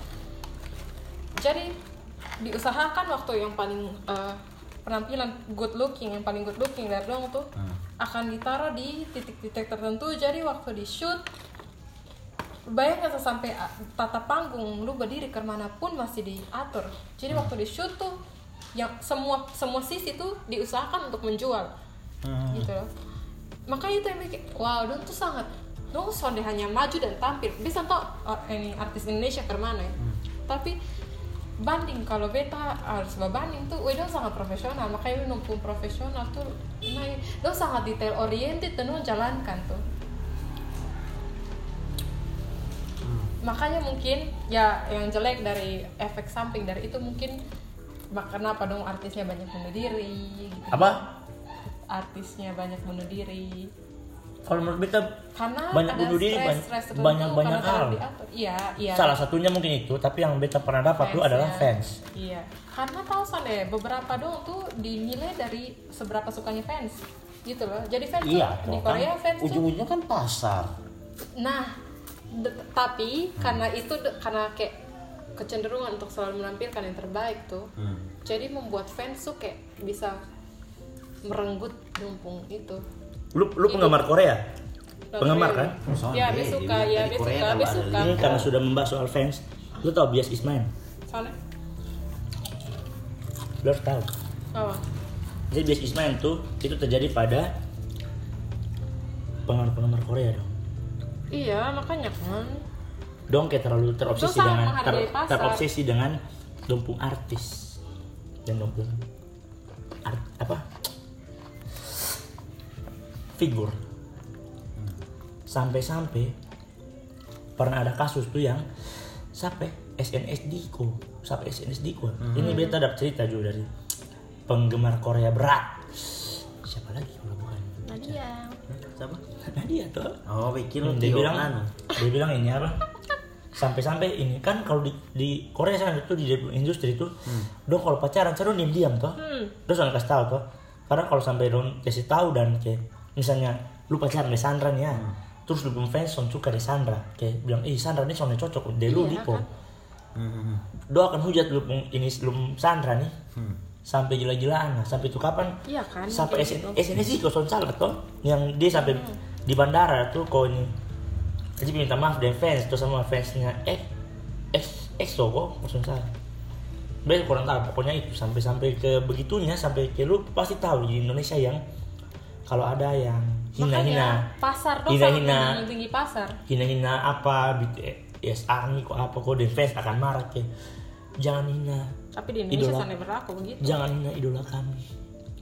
Jadi diusahakan waktu yang paling eh, penampilan good looking, yang paling good looking dari dong tuh akan ditaruh di titik-titik tertentu. Jadi waktu di shoot, bayangkan sampai ah, tata panggung lu berdiri kemanapun masih diatur. Jadi waktu di shoot tuh yang semua semua sisi tuh diusahakan untuk menjual, gitu loh. Makanya itu yang bikin wow, dong tuh sangat dong sonde hanya maju dan tampil. Bisa tau oh, ini artis Indonesia kemana ya. Tapi banding kalau beta harus berbanding tuh, weh dong sangat profesional. Makanya dong pun profesional tuh, nah dong sangat detail oriented dan dong jalankan tuh. Makanya mungkin ya yang jelek dari efek samping dari itu mungkin mak- kenapa dong artisnya banyak bunuh diri gitu. apa? Artisnya banyak bunuh diri Kalau menurut beta karena banyak ada bunuh diri, stres- banyak- stres tertentu, banyak-banyak karena terlalu hal. diatur. Iya, iya. salah satunya mungkin itu, tapi yang beta pernah dapat tuh Fans, adalah ya. fans. Iya. Karena tahu deh beberapa dong tuh dinilai dari seberapa sukanya fans. Gitu loh. Jadi fans Iya, tuh, di toh, Korea kan fans tuh ujung-ujungnya kan pasar. nah d- tapi karena itu d- karena kayak kecenderungan untuk selalu menampilkan yang terbaik tuh. Hmm. Jadi membuat fans tuh kayak bisa merenggut dumpung itu. Lu lu penggemar Korea? Penggemar kan? Sonde, Ya, dia dia suka, bilang ya, dari dia Korea suka, kalau dia ada suka. Ini liga. karena sudah membahas soal fans. Lu tau Bias Ismail? Soalnya Lu harus tahu. oh, Jadi Bias Ismail tuh itu terjadi pada penggemar-penggemar Korea dong. iya makanya kan. Dong kayak terlalu terobsesi Itu sangat dengan ter, menghargai pasar. terobsesi dengan dumpung artis dan dumpung art, apa figur. Sampai-sampai pernah ada kasus tuh yang sampai S N S D ko, sampai S N S D ko. Ini beta dapat cerita juga dari penggemar Korea berat. Siapa lagi kalau bukan Nadia. Siapa? Nadia tuh. Oh, pikir Hmm, lu dia Tio bilang anu. dia bilang ini apa sampai-sampai ini kan kalau di, di Korea sana itu di industri itu dong kalau pacaran saya dong diam-diam toh terus orang kasih tahu toh karena kalau sampai dong kasih tahu dan kayak misalnya lu pacaran dengan Sandra nih ya terus lu belum fans son suka di Sandra kayak bilang ih Sandra ini soalnya cocok deh lu Iya, Dipo kan? Hmm. do akan hujat lu ini sebelum Sandra nih sampai gila-gilaan nah, sampai itu kapan Iya kan, sampai S kayak gitu. N S D kok son salah toh yang dia sampai di bandara tuh kok ini jadi minta maaf dari fans tuh sama fansnya eh eh eh so kok son salah Bel kurang tahu pokoknya itu sampai-sampai ke begitunya sampai ke lu pasti tahu di Indonesia yang kalau ada yang hina-hina Makanya pasar dong sangat hina-hina menjunjung tinggi pasar. hina-hina apa B T S Army kok apa kok dan fans akan marah kayak jangan hina Tapi di Indonesia idola- sana berlaku begitu. jangan hina idola kami. Kok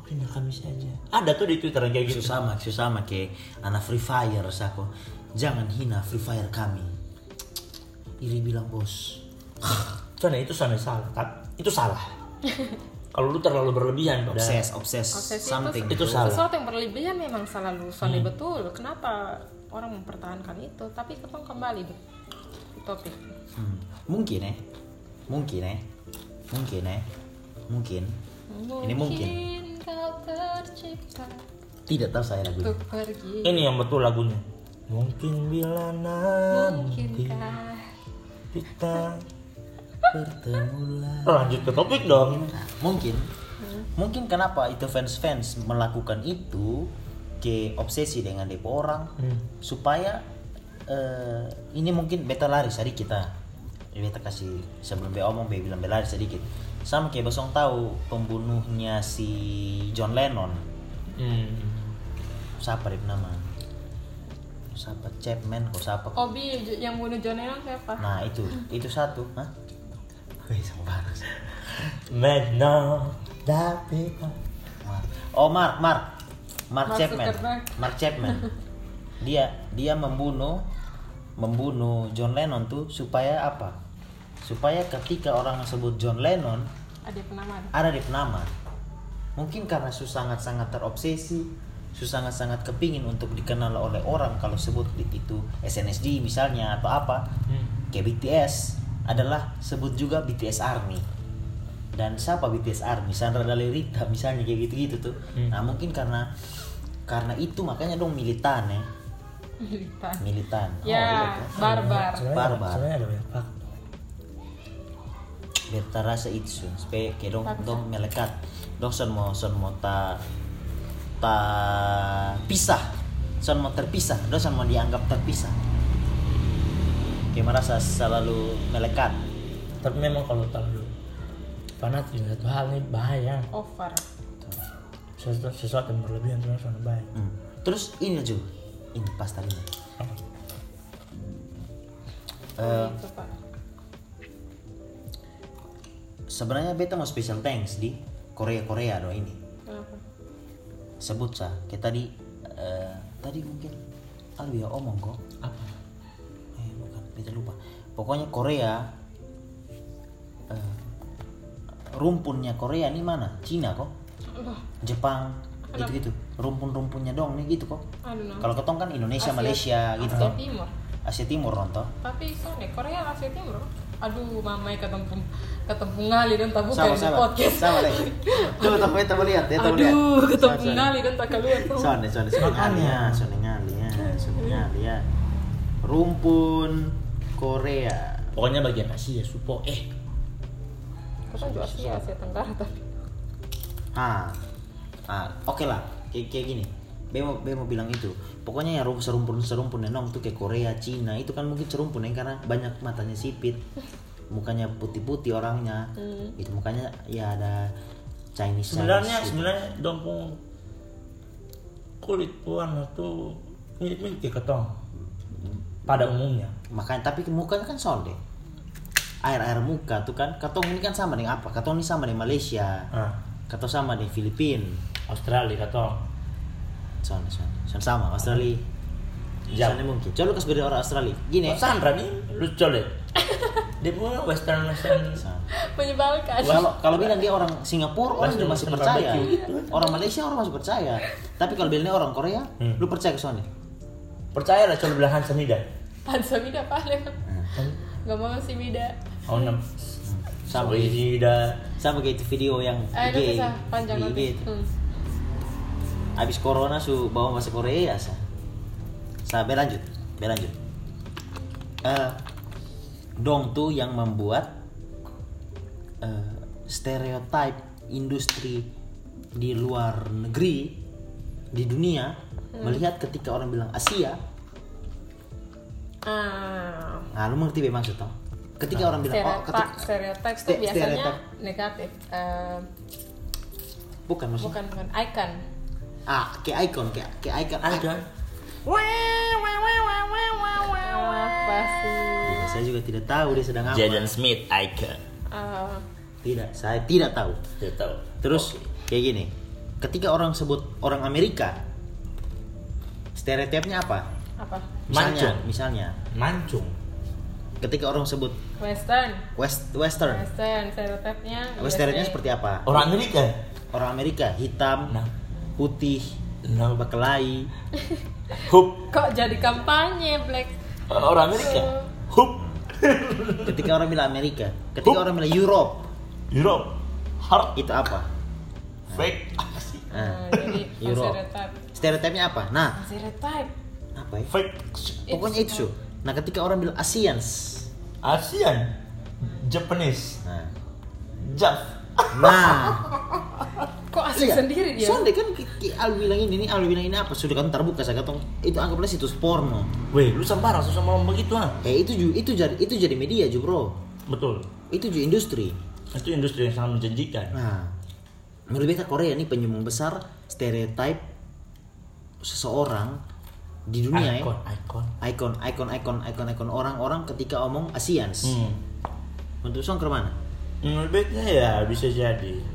pindah kami saja. Ada tuh di Twitter yang kayak gitu. Susama, susama ke anak Free Fire sako. Jangan hina Free Fire kami. Iri bilang bos. Soalnya itu sana salah, tak? Itu salah. Kalau lu terlalu berlebihan pada Obses, obses, Obsesi something. itu salah. Sesuatu yang berlebihan memang selalu Sony betul. Kenapa orang mempertahankan itu? Tapi kita kembali di topik. Hmm. Mungkin eh, mungkin eh, mungkin eh, mungkin. Ini mungkin. Kau tercipta Tidak tahu saya lagu untuk pergi. Ini yang betul lagunya. Mungkin bila nanti Mungkinkah kita bertemu lagi. lanjut ke topik dong. Nah, mungkin, mungkin kenapa itu fans-fans melakukan itu ke obsesi dengan depo orang Hmm. supaya eh, ini mungkin beta lari sedikit kita. Beta kasih sebelum be omong be bilang be lari sedikit. Sama kayak Bosong tahu pembunuhnya si John Lennon. Hmm. Siapa dia nama? Siapa Chapman kok siapa? Obi yang bunuh John Lennon siapa? Nah itu, itu satu, hah? Wih, sama baras. Mana tapi Mark. Oh Mark, Mark, Mark, Mark Chapman, Zuckerberg. Mark Chapman. Dia dia membunuh membunuh John Lennon tuh supaya apa? Supaya ketika orang sebut John Lennon Ada penamaan. ada di penama. Mungkin karena su sangat-sangat terobsesi, su sangat-sangat kepingin untuk dikenal oleh orang kalau sebut itu S N S D misalnya atau apa. Hmm. Kayak B T S adalah sebut juga B T S Army. Dan siapa B T S Army? Sandra Dalerita misalnya kayak gitu-gitu tuh. Hmm. Nah, mungkin karena karena itu makanya dong militan ya. Militan. Militan. Oh, Ya, iya tuh. barbar. Sebenarnya- Barbar. Sebenarnya ada banyak faktor. Biar terasa itu supaya kayak dong dong melekat. Dong son mau son mau ta ta pisah. Son mau terpisah. Dong son mau dianggap terpisah. Kayak merasa selalu melekat. Tapi memang kalau terlalu fanatik dengan satu hal ini bahaya. Over. Sesuatu, sesuatu yang berlebihan itu sangat bahaya. Hmm. Terus ini aja. Ini pas talinya. Eh, Itu, Pak. sebenarnya beta mau special thanks di Korea Korea do ini. Kenapa? Sebut sah. Kayak tadi eh, tadi mungkin Alwi ya omong kok. Apa? Eh bukan, beta lupa. Pokoknya Korea eh, rumpunnya Korea ini mana? Cina kok. Aduh, Jepang gitu-gitu. Rumpun-rumpunnya dong nih gitu kok. aduh no. Kalau ketong kan Indonesia, Asia- Malaysia gitu Asia toh. Timur. Asia Timur rontoh. Tapi soalnya Korea Asia Timur. Aduh, mamai ketemu ketemu ngali dan tak buka Sama di sama. podcast. Sama lagi. Tuh tuh beta mau lihat, beta mau lihat. Aduh, ketemu Soalnya- ngali dan tak keluar tuh. Soalnya soalnya soalnya ngali ya, soalnya ngali ya, soalnya ngali ya. Rumpun Korea. Pokoknya bagian Asia, supo. Eh, Kita juga Asia, Asia Tenggara tapi. Ah, ah, oke lah, kayak kayak gini. Bemo Bemo bilang itu. Pokoknya yang serumpun serumpun nenong tuh kayak Korea, Cina itu kan mungkin serumpun ya karena banyak matanya sipit, mukanya putih-putih orangnya, Hmm. itu mukanya ya ada Chinese. sebenarnya Chinese gitu. sebenarnya dompung kulit warna tuh mirip-mirip kayak ketong pada umumnya. Makanya tapi mukanya kan sonde. Air-air muka tuh kan. Katong ini kan sama dengan apa? Katong ini sama dengan Malaysia. Ah, Katong sama dengan Filipina. Australia ketong. Sonde, sonde. Sonde sama Australia. Jauh. Sonde mungkin. Coba lu kasih beda orang Australia. Gini. Oh, Sandra nih lu colet. Dia punya western western. Sama. Menyebalkan. Kalau kalau bilang dia orang Singapura, orang Pasti juga masih Western percaya. barbecue gitu. Orang Malaysia orang masih percaya. Tapi kalau bilangnya orang Korea, Hmm. lu percaya ke Sonde? Percaya lah coba bilang Hansa Nida. Pansa Mida paling. Hmm. Gak mau si Mida. Oh enam. Sama Sorry, kayak Nida. sama kayak itu video yang Eh, I G, itu bisa panjang di I G nanti. itu. Hmm. Abis corona su bawa bahasa Korea sa. Sa berlanjut, berlanjut. Eh, dong tuh yang membuat eh, stereotip industri di luar negeri di dunia melihat ketika orang bilang Asia, Ah. nah lu mengerti apa maksud toh? Ketika orang bilang oh Stereotip, ketika stereotip Ste- tuh biasanya stereotip. negatif. Eh, bukan maksudnya bukan bukan icon. ah kayak icon kayak kayak icon Ada. Apa sih? Ya, saya juga tidak tahu dia sedang apa. Jaden Smith icon. Eh, Tidak, saya tidak tahu. Tidak tahu. Terus kayak gini, ketika orang sebut orang Amerika, stereotipnya apa? Apa? Misalnya, Mancung. misalnya, Mancung. ketika orang sebut Western. West Western, Western stereotipnya. Westernnya U S A. seperti apa? Orang Amerika. Orang Amerika hitam, Nah. putih, Nah. berkelahi. Hup. Kok jadi kampanye Black? Orang Amerika. Hup. Ketika orang bilang Amerika, ketika Hup. orang bilang Europe, Europe. Hard. itu apa? Fake. Apa sih? Nah, Nah, jadi Europe. stereotip. Stereotipnya apa? Nah, Stereotip. apa ya? Fake. Pokoknya itu. Nah, ketika orang bilang Asians, Asian. Japanese. nah, Jav. nah, Kok asik iya. sendiri dia? Soalnya kan Ki- Ki Alwi bilang ini, nih Alwi bilang ini apa? Sudah kan terbuka saya kata itu anggaplah situs porno. Weh, lu sembarang susah ngomong begitu ah. Eh itu ju, itu jadi itu jadi media ju bro. Betul. Itu ju industri. Itu industri yang sangat menjanjikan. Nah, menurut beta Korea ini penyumbang besar stereotip seseorang di dunia Icon, ya. icon. Icon, icon, icon, icon, icon orang-orang ketika omong Asians. Hmm. Menurut Song ke mana? Menurut betnya ya bisa jadi.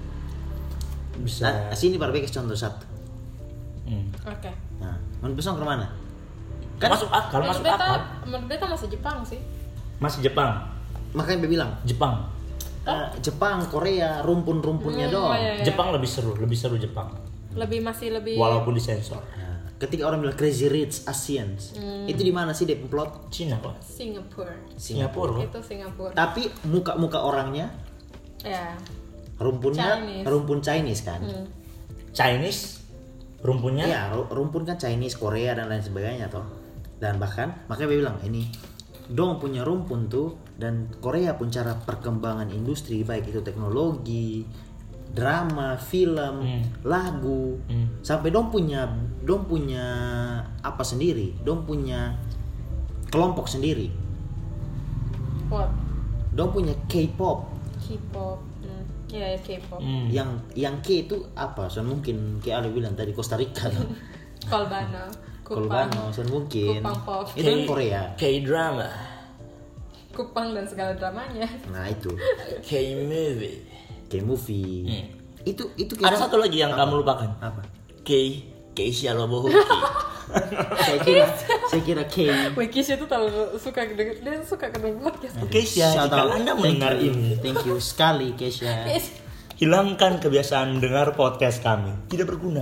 Bisa. Nah, sini para bekas contoh satu. Hmm. Oke. Nah, menurut Song ke mana? Kan Masuk akal, Menurut masuk beta, akal. menurut beta masih Jepang sih. Masih Jepang. makanya dia bilang Jepang. eh, Jepang, Korea, rumpun-rumpunnya Hmm, doang. oh, iya, iya. Jepang lebih seru, lebih seru Jepang. Lebih masih lebih. Walaupun disensor. Nah, ketika orang bilang Crazy Rich Asians, itu di mana sih dia plot? Cina kok. Singapura. Singapura kok. Itu Singapura. Tapi muka-muka orangnya Ya. rumpunnya Chinese. rumpun Chinese kan? Hmm. Chinese rumpunnya Iya, ru- rumpun kan Chinese, Korea dan lain sebagainya toh. Dan bahkan makanya dia bilang ini dong punya rumpun tuh, dan Korea pun cara perkembangan industri baik itu teknologi, drama, film, Hmm. lagu, Hmm. sampai dong punya dong punya apa sendiri, dong punya kelompok sendiri, What? dong punya K-pop. K-pop. Hmm. Iya, ya, K-pop. Hmm. Yang yang K itu apa? So mungkin kayak Ale bilang tadi Costa Rica. Kolbano. Kupang. Kolbano, so mungkin. Kupang pop. Itu kan Korea. K-drama, Kupang dan segala dramanya. Nah, itu K-movie. K-movie. Hmm. Itu itu Ada satu lagi yang apa? kamu lupakan. Apa? K Keisha Lobohuki. Saya kira saya kira K. Wikisha tuh terlalu suka denger, dia suka kedengar podcast. Keisha, Shout jika out. Anda Thank mendengar you. ini, Thank you sekali Keisha. hilangkan kebiasaan mendengar podcast kami. Tidak berguna.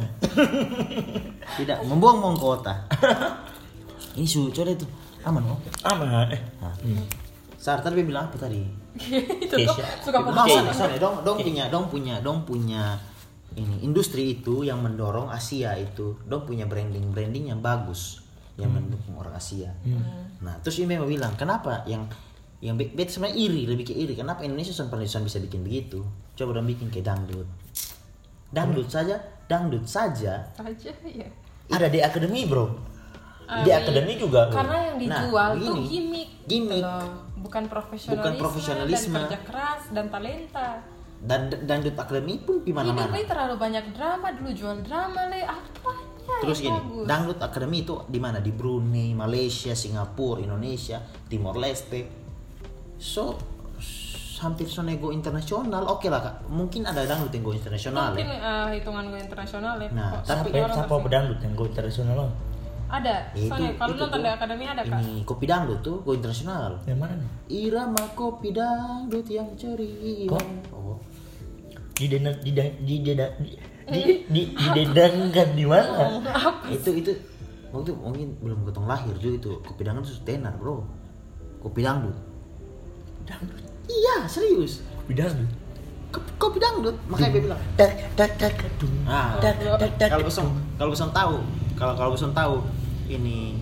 Tidak membuang-buang kota. Ini su coba itu aman loh. Aman. Eh. Sar tadi dia bilang apa tadi? Itu tuh Keisha. suka Nah, podcast. sorry, sorry, dong, dong punya, dong punya, dong punya ini industri itu yang mendorong Asia itu, dong punya branding branding yang bagus, yang mendukung orang Asia. Nah, terus ini memang bilang kenapa yang yang bet bet sebenarnya iri, lebih ke iri. Kenapa Indonesia son son bisa bikin begitu? Coba dong bikin kayak dangdut, dangdut saja, dangdut saja. Aja ya. Ada di akademi, Bro. Ah, Di iya. akademi juga. Bro. Karena yang Nah, dijual tuh begini. gimmick. Gimmick. gitu loh. Bukan profesionalisme, Bukan profesionalisme. dan kerja keras dan talenta. Dan dangdut akademi pun di Ini mana-mana. nih terlalu banyak drama dulu, jual drama le apanya Terus yang gini, bagus. dangdut akademi itu di mana? Di Brunei, Malaysia, Singapura, Indonesia, Timor Leste. So s- hampir so nego internasional. Oke lah Kak. Mungkin ada dangdut yang go internasional. Mungkin Ya. eh, hitungan gue internasional ya. Nah, Kok tapi- seperti orang Siapa tersebut. pedangdut yang go internasional? Bang? Ada. Ya, Soalnya kalau itu nonton tuh, di akademi ada kan. Ini kopi dangdut tuh go internasional. Yang mana nih? Irama kopi dangdut yang ceria. Kok? Oh. Di dena, di da, di deda, di di di, didendangkan di mana? Itu itu waktu mungkin belum ketong lahir juga itu kopi dangdut itu tenar bro. Kopi dangdut. Dangdut. Iya serius. Bidangdut. Kopi, kopi dangdut makanya dia bilang. Tak tak tak kadung. Nah, Tak tak tak. kalau besong kalau besong tahu kalau kalau besong tahu ini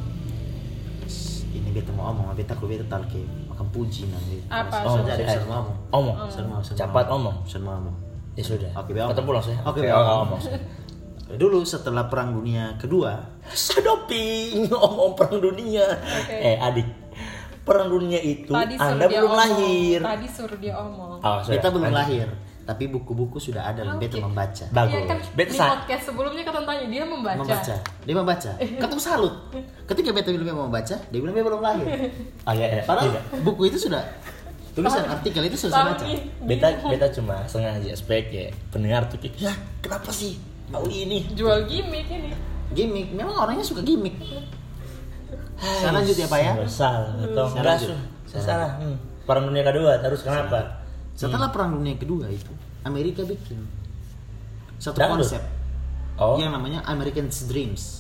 ini beta mau omong beta kalau beta tal ke makan puji nanti. Apa? Oh, Sudah. jadi bisa mau omong. Omong. Bisa mau, bisa Cepat mau. omong. Bisa mau omong. Ya sudah. Oke, Bang. Ketemu langsung ya. Oke, Oke, Bang. omong. Dulu setelah Perang Dunia Kedua, Sadoping ngomong perang dunia. Oke. Eh adik, perang dunia itu Tadi suruh Anda dia belum omong. lahir. Tadi suruh dia omong. Oh, sudah. beta belum Lanjut. lahir, tapi buku-buku sudah ada dan beta Oke. membaca. Bagus. Iya kan Beta di sa- podcast sebelumnya kata tanya dia membaca. Membaca, dia membaca. Ketemu salut. Ketika beta bilang dia mau membaca, dia bilang dia belum lahir. Ah ya, ya. Padahal Tidak. buku itu sudah tulisan artikel itu sudah saya Tahu baca. nih. Beta beta cuma sengaja supaya kayak pendengar tuh kayak, ya kenapa sih Mau ini. Jual gimmick ini. Gimmick, memang orangnya suka gimmick. Saya lanjut ya Pak ya. Saya salah atau Saya enggak? lanjut. Saya salah. Hmm. Perang dunia kedua terus kenapa? Setelah Perang Dunia Kedua itu, Amerika bikin satu Dangdut? konsep Oh. yang namanya American's Dreams.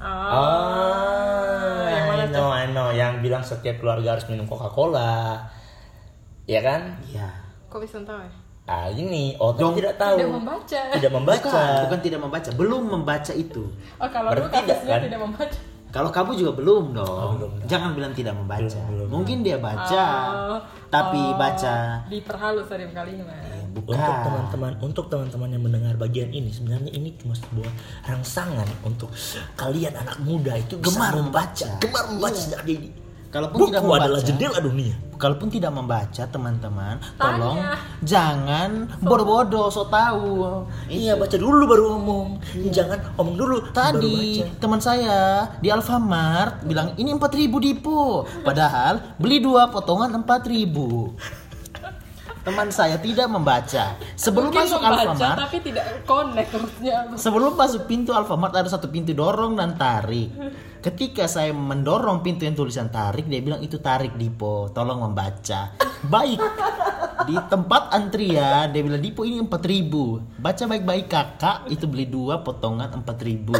Oh, yang mana I know, I know. Yang bilang setiap keluarga harus minum Coca-Cola, ya kan? Ya. Kok bisa tahu ya? Ah ini, oh Dong. tidak tahu. Tidak membaca. Tidak membaca. Bukan, bukan tidak membaca, belum membaca itu. Oh kalau lu Berarti tidak, kasusnya kan? tidak membaca. Kalau kamu juga belum dong. Oh, belum. Jangan bilang tidak membaca. Belum, belum. Mungkin dia baca, Oh, tapi oh, baca. Diperhalus tadi kalimat. Eh, Untuk bukan. teman-teman, untuk teman-teman yang mendengar bagian ini, sebenarnya ini cuma sebuah rangsangan untuk kalian anak muda itu bisa Gemar membaca, membaca. gemar membaca Iya. sejak dini. Kalaupun tidak Buku membaca, adalah jendela dunia. Kalaupun tidak membaca, teman-teman, tolong Tanya. jangan bodoh-bodoh, so tahu. Iya, baca dulu baru omong. Jangan omong dulu baru Tadi baca. teman saya di Alfamart bilang ini empat ribu Dipo, padahal beli dua potongan empat ribu. Teman saya tidak membaca. Sebelum Mungkin masuk membaca, Alfamart, tapi tidak connect maksudnya. sebelum masuk pintu Alfamart ada satu pintu dorong dan tarik. Ketika saya mendorong pintu yang tulisan tarik, dia bilang itu tarik Dipo, tolong membaca. Baik. Di tempat antrian dia bilang Dipo ini empat ribu. Baca baik-baik kakak, itu beli dua potongan empat ribu.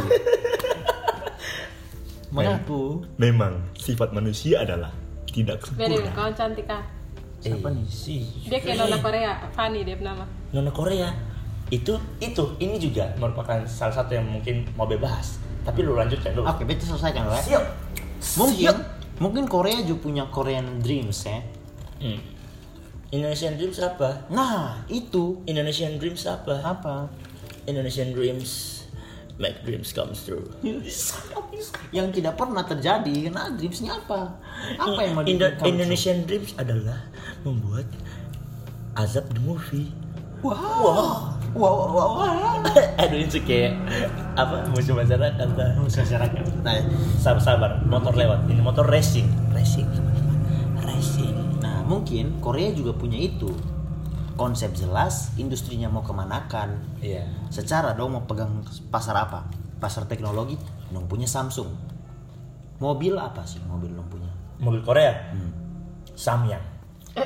Mengaku. Memang sifat manusia adalah tidak Biarin, sempurna. kawan cantik kan. Siapa nih? sih? Dia kayak nona Korea, Fanny dia nama. Nona Korea. Itu itu ini juga merupakan salah satu yang mungkin mau bebas. Tapi lu lanjutkan dulu. Oke, betul selesaikan, Pak. Siap. Mungkin Siap. mungkin Korea juga punya Korean Dreams ya. Hmm. Indonesian Dreams apa? Nah, itu Indonesian Dreams apa? apa? Indonesian Dreams make dreams come true. Yang tidak pernah terjadi. Nah, dreamsnya apa? Apa yang mau Indo- di- Indonesian Dreams adalah membuat Azab the movie. Wow. Wow. Wow, wow, wow. Aduh itu kayak apa musuh masyarakat lah. Musuh masyarakat. Nah, sabar sabar, motor lewat. Ini motor racing, racing teman-teman, racing. Nah, mungkin Korea juga punya itu. Konsep jelas, industrinya mau kemanakan. Iya. Secara dong mau pegang pasar apa? Pasar teknologi, dong punya Samsung. Mobil apa sih? Mobil dong punya. Mobil Korea, Samyang.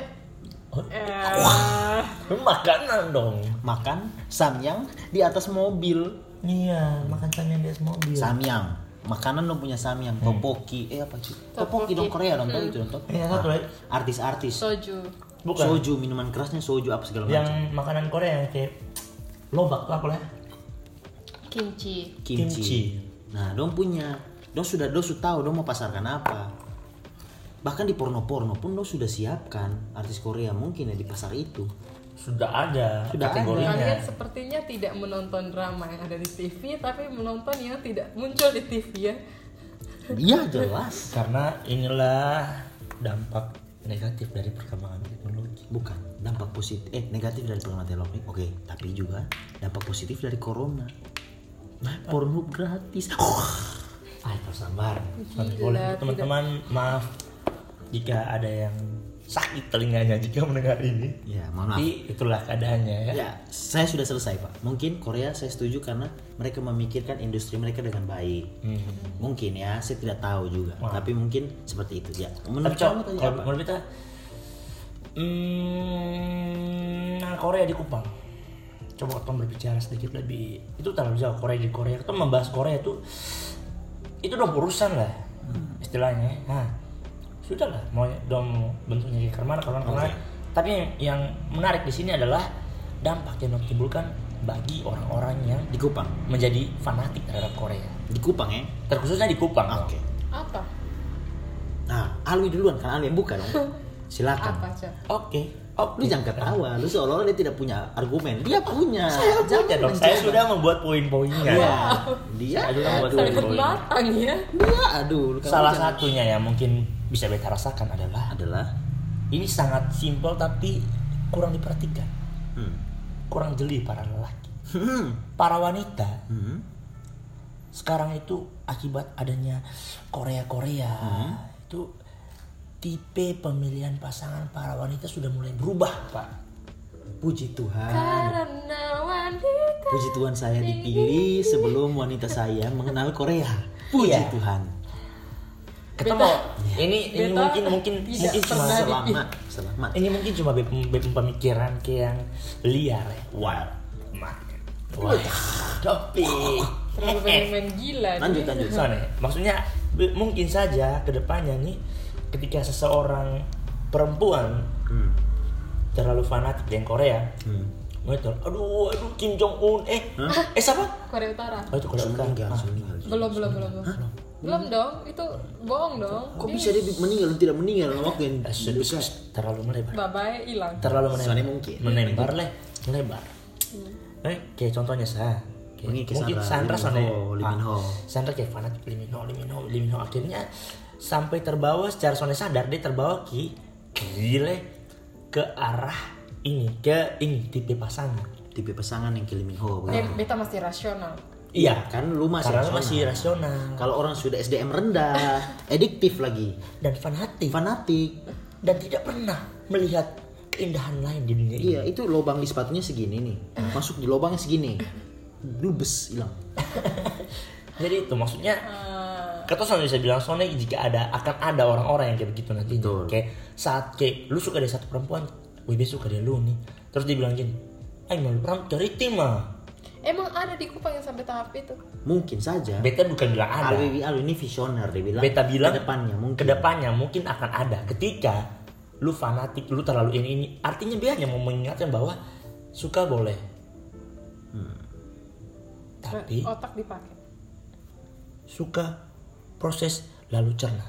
Eh, Makanan dong. Makan Samyang di atas mobil. Iya, makan Samyang di atas mobil. Samyang. Makanan dong punya Samyang. Topoki. Eh apa sih? Topoki Topoki. dong Korea dong tahu itu dong. Iya, satu lagi. Artis-artis. soju. Bukan. Soju, minuman kerasnya soju apa segala Yang macam. makanan Korea yang kayak lobak tuh apa lah? Kimchi. Kimchi. kimchi. Nah, dong punya. Dong sudah dong sudah tahu dong mau pasarkan apa. Bahkan di porno-porno pun dong sudah siapkan artis Korea mungkin ya di pasar itu. Sudah ada Sudah ada. kategorinya. Kalian sepertinya tidak menonton drama yang ada di T V, tapi menonton yang tidak muncul di T V ya. Iya jelas. Karena inilah dampak negatif dari perkembangan teknologi. Bukan dampak positif eh negatif dari perkembangan teknologi. Oke, tapi juga dampak positif dari corona. Pornhub gratis. Ah, sabar. Gila, Boleh tidak. teman-teman, maaf jika ada yang sakit telinganya jika mendengar ini. Ya, mohon maaf. Tapi itulah keadaannya ya. Ya, saya sudah selesai Pak. Mungkin Korea saya setuju karena mereka memikirkan industri mereka dengan baik. Hmm. Mungkin ya, saya tidak tahu juga. Wah. Tapi mungkin seperti itu ya. Tapi Menurut Cok, kamu tadi kalau apa? menurut kita, hmm, nah Korea di Kupang. Coba kita berbicara sedikit lebih. Itu terlalu jauh Korea di Korea. Kita membahas Korea itu, itu dong urusan lah, istilahnya. Nah, sudahlah. Mau dong bentuknya kayak kemana, kemana, kemana. Oke. Tapi yang, yang menarik di sini adalah dampak yang ditimbulkan bagi orang-orang yang Di Kupang. menjadi fanatik terhadap Korea. Di Kupang ya. Terkhususnya di Kupang. Oke. Apa? Nah, Alwi duluan kan Alwi yang buka dong. Silakan. Apa aja? Oke. Lu jangan ketawa, lu seolah-olah dia tidak punya argumen. Dia punya. Saya punya dong. Saya mencoba. sudah membuat poin-poinnya. Iya. Dia Saya sudah membuat Sangat poin-poin. matang ya. dia aduh. kamu Salah jangan- satunya yang mungkin bisa beta rasakan adalah adalah ini sangat simpel tapi kurang diperhatikan, hmm. kurang jeli para lelaki, Hmm. para wanita. Hmm. Sekarang itu akibat adanya Korea-Korea Hmm. itu tipe pemilihan pasangan para wanita sudah mulai berubah, Pak. Puji Tuhan. Karena wanita. Puji Tuhan saya dipilih sebelum wanita saya mengenal Korea. Puji Iya. Tuhan. Kita mau ini ini Beta mungkin mungkin tidak mungkin cuma pernah di- Selamat, selamat. ini mungkin cuma be, be, pemikiran kayak yang liar ya. Wow. Wah. Tapi Terlalu banyak main gila. Lanjut, nih. lanjut. Soalnya, maksudnya be- mungkin saja kedepannya nih ketika seseorang perempuan Hmm. terlalu fanatik dengan Korea, Hmm. mereka aduh aduh Kim Jong Un eh eh siapa? Korea Utara. Oh itu Korea Langsung Utara. meninggal, Ah. langsung meninggal. Belum, belum, belum. Belum, belum dong. Itu bohong dong. Kok bisa dia meninggal dan tidak meninggal dalam waktu yang Eh, sus- besar? sus- terlalu melebar. Bye-bye, hilang. Terlalu melebar. Soalnya mungkin. Menembar leh, melebar. Eh, kayak contohnya saya. Kayak, Mungkin mungkin Sandra, Sandra Lee Min soalnya Ho, Lee Min Ho. ah, Sandra kayak fanatik Lee Min Ho, Lee Min Ho, Lee Min Ho. Akhirnya sampai terbawa secara soalnya sadar dia terbawa ki gile ke arah ini ke ini tipe pasangan. Tipe pasangan yang ke Lee Min Ho. Eh, begitu. beta masih rasional. Iya, Kan lu masih karena rasional. masih rasional Kalau orang sudah S D M rendah, ediktif lagi, dan fanatik fanatik. dan tidak pernah melihat keindahan lain di dunia ini. Iya, itu lubang di sepatunya segini nih. Masuk di lubangnya segini. Blubes hilang. Jadi itu maksudnya Ah. kata soalnya bisa bilang soalnya jika ada akan ada orang-orang yang kayak begitu nanti Betul. kayak saat kayak lu suka dari satu perempuan, wih dia suka dari lu nih, terus dia bilang gini, ayo mau lu perang dari tim mah, Emang ada di Kupang yang sampai tahap itu? Mungkin saja. beta bukan bilang ada, Alwi, Alwi ini visioner dia bilang. beta bilang kedepannya mungkin. kedepannya mungkin akan ada ketika lu fanatik, lu terlalu ini ini, artinya dia hanya mau mengingatkan bahwa suka boleh, tapi Otak dipakai. suka proses lalu cerna.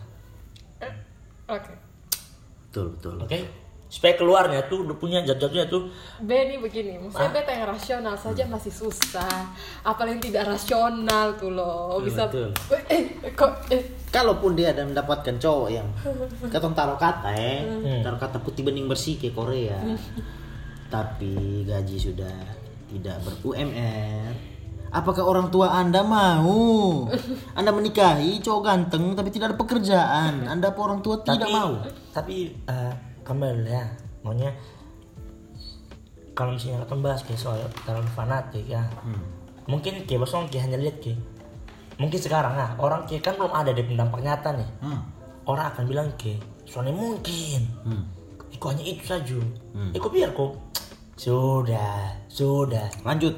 Oke. Betul, betul. Oke, supaya keluarnya tuh udah punya jatuh-jatuhnya tuh Benny begini, maksudnya Ah. beta yang rasional saja masih susah. Apalagi yang tidak rasional tuh loh. Bisa Betul. eh eh, kok eh Kalaupun dia ada mendapatkan cowok yang katong taruh kata eh, Hmm. taruh kata putih bening bersih ke Korea, tapi gaji sudah tidak ber-U M R. Apakah orang tua Anda mau Anda menikahi cowok ganteng tapi tidak ada pekerjaan? Anda apa orang tua tidak tapi, mau? Tapi uh, kembali ya, maunya kalau misalnya kita bahas kayak soal terlalu fanatik ya, mungkin kayak bosong kayak hanya lihat kayak, mungkin sekarang ah orang kayak kan belum ada deh dampak nyata nih, Hmm. orang akan bilang kayak soalnya mungkin, Hmm. Iko hanya itu saja, Iko biar kok sudah sudah, Lanjut.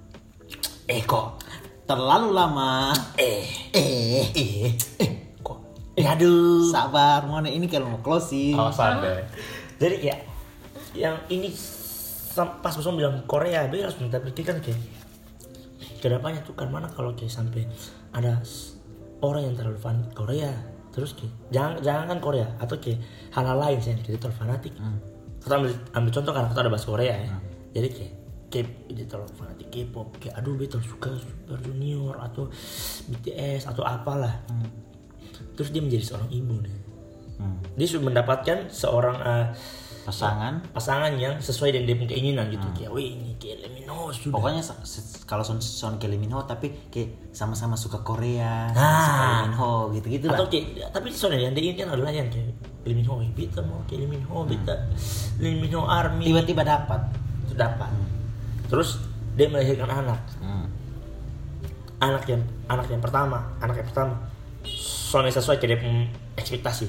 Eko Terlalu lama. eh Eh, eh eh kok, eh, aduh. sabar, mana ini kalau mau closing. Awasan deh. Jadi kayak yang ini sam- pas bosong bilang Korea, be harus minta pikir kan kayak kedepannya tuh kan mana kalau kayak sampai ada s- orang yang terlalu fan Korea, terus kayak jangan jangan kan Korea atau kayak hal-hal lain sih yang kita terlalu fanatik. Kita ambil, ambil contoh karena kita ada bahas Korea ya. Jadi kayak kayak dia terlalu fanatik K-pop, kayak aduh betul suka Super Junior atau B T S atau apalah. Terus dia menjadi seorang ibu nih. Hmm. Dia sudah mendapatkan seorang uh, Pasangan. pasangan yang sesuai dengan dia punya keinginan gitu, kayak wih ini kayak Lee Min Ho sudah. Pokoknya se- se- kalau son son ke Lee Min Ho tapi kayak sama-sama suka Korea, Nah. sama suka Lee Min Ho gitu-gitu lah. atau kayak tapi soalnya yang dia inginkan adalah yang kayak Lee Min Ho, beta mau kayak Lee Min Ho, beta Lee Min Ho Army. Tiba-tiba dapat. Itu dapat. Terus dia melahirkan anak. Hmm. Anak yang anak yang pertama, anak yang pertama. Soalnya sesuai kayak dia punya ekspektasi.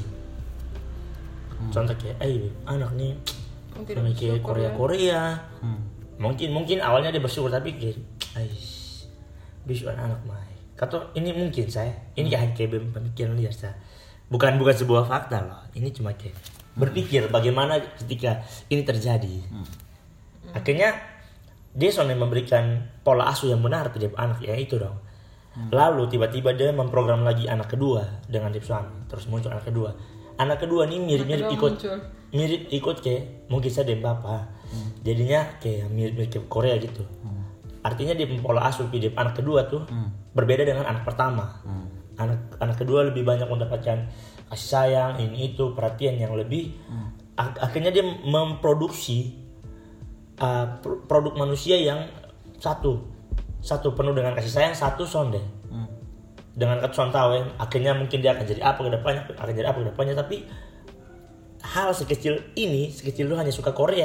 Contoh kayak, eh anak nih yang tidak soalnya kayak bersyukur Korea ya. Korea. Hmm. Mungkin mungkin awalnya dia bersyukur tapi kayak, ais, bisu anak mai. Kata ini mungkin saya, ini kayak kayak pemikiran liar saya. Bukan bukan sebuah fakta loh. Ini cuma kayak berpikir bagaimana ketika ini terjadi. Akhirnya dia soalnya memberikan pola asuh yang benar terhadap anak ya itu dong. Lalu tiba-tiba dia memprogram lagi anak kedua dengan dia suami. Terus muncul anak kedua. Anak kedua nih mirip-mirip Anak kedua ikut muncul. mirip ikut kayak mungkin saya dan bapak. Jadinya kayak mirip-mirip kayak Korea gitu. Artinya dia pola asuh dia anak kedua tuh berbeda dengan anak pertama. Anak anak kedua lebih banyak mendapatkan kasih sayang, ini itu perhatian yang lebih. Ak- akhirnya dia memproduksi uh, pro- produk manusia yang satu satu penuh dengan kasih sayang, satu sonde dengan kata son tahu ya, akhirnya mungkin dia akan jadi apa ke depannya, akan jadi apa ke depannya, tapi hal sekecil ini sekecil lu hanya suka Korea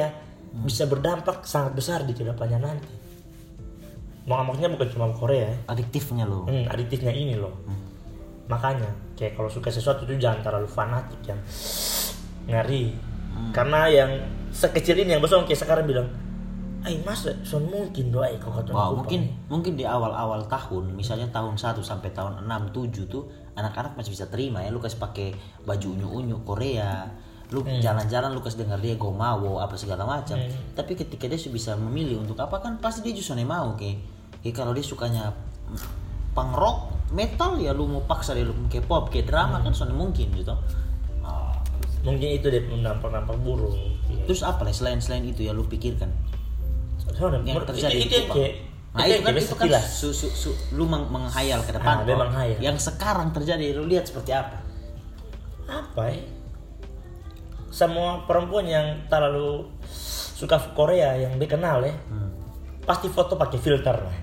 bisa berdampak sangat besar di kedepannya nanti. Maksudnya bukan cuma Korea ya. Adiktifnya loh. Hmm, adiktifnya ini loh. Hmm. Makanya kayak kalau suka sesuatu itu jangan terlalu fanatik yang ngeri. Hmm. Karena yang sekecil ini yang besok kayak sekarang bilang, "Ay mas, son mungkin doa kau kata." Wow, mungkin mungkin di awal-awal tahun, misalnya tahun satu sampai tahun enam tujuh tuh anak-anak masih bisa terima ya lu kasih pakai baju unyu-unyu Korea. Lu hmm. jalan-jalan lu kasih dengar dia gomawo apa segala macam. Hmm. Tapi ketika dia bisa memilih untuk apa kan pasti dia justru mau kayak kayak kalau dia sukanya punk rock, metal ya lu mau paksa dia lu K-pop, kayak drama hmm. kan soalnya mungkin gitu. Oh, mungkin itu dia nampak-nampak buruk. Terus apa lah selain selain itu ya lu pikirkan? Soalnya yang terjadi itu, itu, itu kayak nah itu, itu kan itu kan su, su, su, lu meng, menghayal ke depan. Ah, menghayal. Yang sekarang terjadi lu lihat seperti apa? Apa ya? Semua perempuan yang terlalu suka Korea yang dikenal ya, hmm. pasti foto pakai filter lah.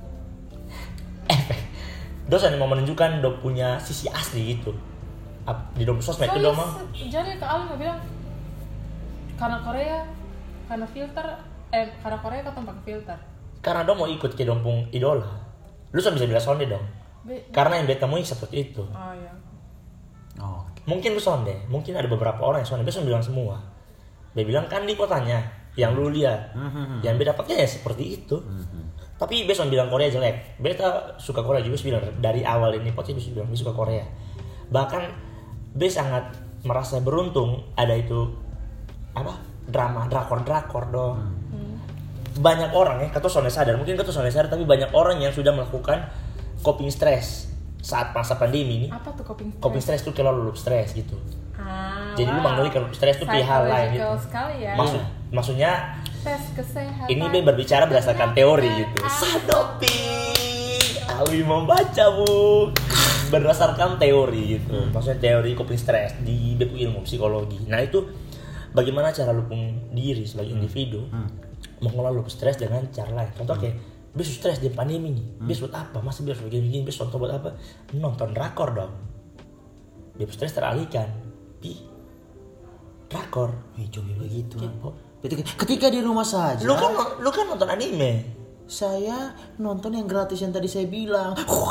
Dosen mau menunjukkan do punya sisi asli gitu. Di dom sosmed itu dong. Jadi ke Alim bilang karena Korea karena filter eh karena Korea kan pakai filter. Karena dong mau ikut ke dompung idola. Lu so bisa bilang sonde dong. Be- karena yang beta mau seperti itu. Oh iya. Oh, okay. Mungkin lu sonde, mungkin ada beberapa orang yang sonde, besok bilang semua. Dia bilang kan di kotanya yang lu lihat, mm-hmm. yang beta dapatnya ya seperti itu. Mm-hmm. Tapi besok bilang Korea jelek. Beta suka Korea juga bilang dari awal ini podcast bisa bilang suka Korea. Bahkan be sangat merasa beruntung ada itu apa drama drakor-drakor dong. Hmm. Banyak orang ya, kata soalnya sadar, mungkin kata soalnya sadar, tapi banyak orang yang sudah melakukan coping stress saat masa pandemi ini. Apa tuh coping stress? Coping stress tuh kalau lu stres gitu. Ah, jadi wow. Lu mengenali kalau stres tuh pihak lain gitu. Sekali ya. Maksud, maksudnya tes kesehatan. ini be berbicara berdasarkan teori gitu. Sadoping. Awi membaca bu. Berdasarkan teori gitu. Hmm. Maksudnya teori coping stress di be ilmu psikologi. Nah itu bagaimana cara lu pun diri sebagai individu hmm. mengelola lu stres dengan cara lain. Contoh kayak hmm. besok stres di pandemi nih. Hmm. Besok apa? Masa biar begini-begini besok contoh buat apa? Nonton drakor dong. Dia stres teralihkan. Pi drakor. Eh coba begitu. Ketika, ketika di rumah saja. Lu kan lu kan nonton anime. Saya nonton yang gratis yang tadi saya bilang.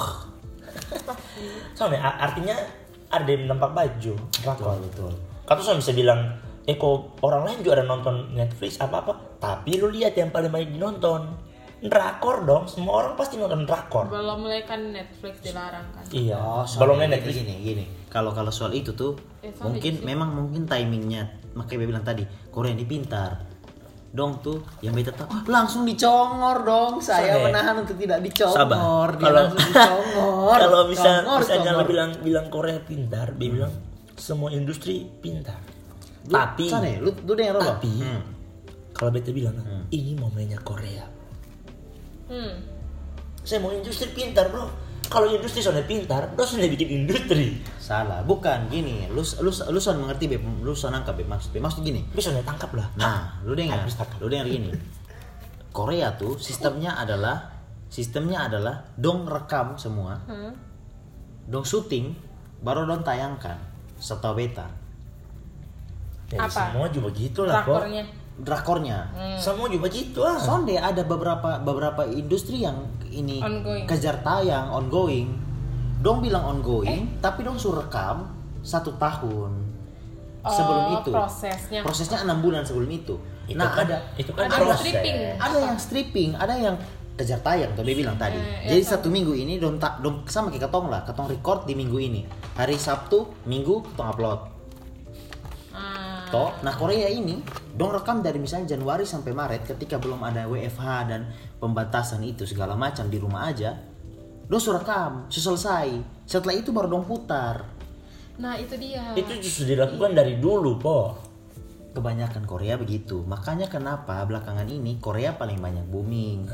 Soalnya artinya ada yang nampak baju drakor. Betul. Kau tuh bisa bilang, eh kok orang lain juga ada nonton Netflix apa-apa. Tapi lu lihat yang paling banyak dinonton drakor dong. Semua orang pasti nonton drakor. Belum mulai kan Netflix dilarang kan. Iya. Oh, belum mulai Netflix. Gini gini. Kalau kalau soal itu tuh eh, mungkin memang mungkin timingnya. Makanya dia bilang tadi Korea ini pintar. Dong tuh yang beta tahu langsung dicongor dong. Saya Soalnya, menahan untuk tidak dicongor. Dia kalau, langsung dicongor. Kalau bisa congor, misalnya congor. bilang bilang Korea pintar, dia hmm. bilang semua industri pintar. Lu, tapi sana, lu, lu dengar apa? Tapi hmm. kalau beta bilang hmm. ini momennya Korea. Hmm. Saya mau industri pintar, bro. Kalau industri soalnya pintar, lu sudah bikin industri. Salah, bukan gini. Lu lu lu soal mengerti beb, lu soal nangkap beb maksud. Maksud gini. Bisa tangkap lah. Nah, lu dengar. Lu dengar gini. Korea tuh sistemnya adalah sistemnya adalah dong rekam semua. Hmm. Dong syuting baru dong tayangkan setahu beta. Ya, apa? Semua juga gitu lah kok. Drakornya. Drakornya. Hmm. Semua juga gitu lah. Sonde ada beberapa beberapa industri yang ini ongoing. Kejar tayang ongoing. Dong bilang ongoing, eh. tapi dong suruh rekam satu tahun. Oh, sebelum itu. Prosesnya. Prosesnya enam bulan sebelum itu. Itu nah kan, ada itu kan ada proses. stripping. Ada yang stripping, ada yang kejar tayang tuh dia bilang tadi. Eh, Jadi ya, satu minggu ini dong tak dong sama kayak ketong lah, ketong record di minggu ini. Hari Sabtu, Minggu ketong upload. Ah. Toh, nah Korea ini dong rekam dari misalnya Januari sampai Maret ketika belum ada W F H dan pembatasan itu segala macam di rumah aja. Dong suruh rekam, selesai. Setelah itu baru dong putar. Nah, itu dia. Itu justru dilakukan dari dulu, po. Kebanyakan Korea begitu. Makanya kenapa belakangan ini Korea paling banyak booming.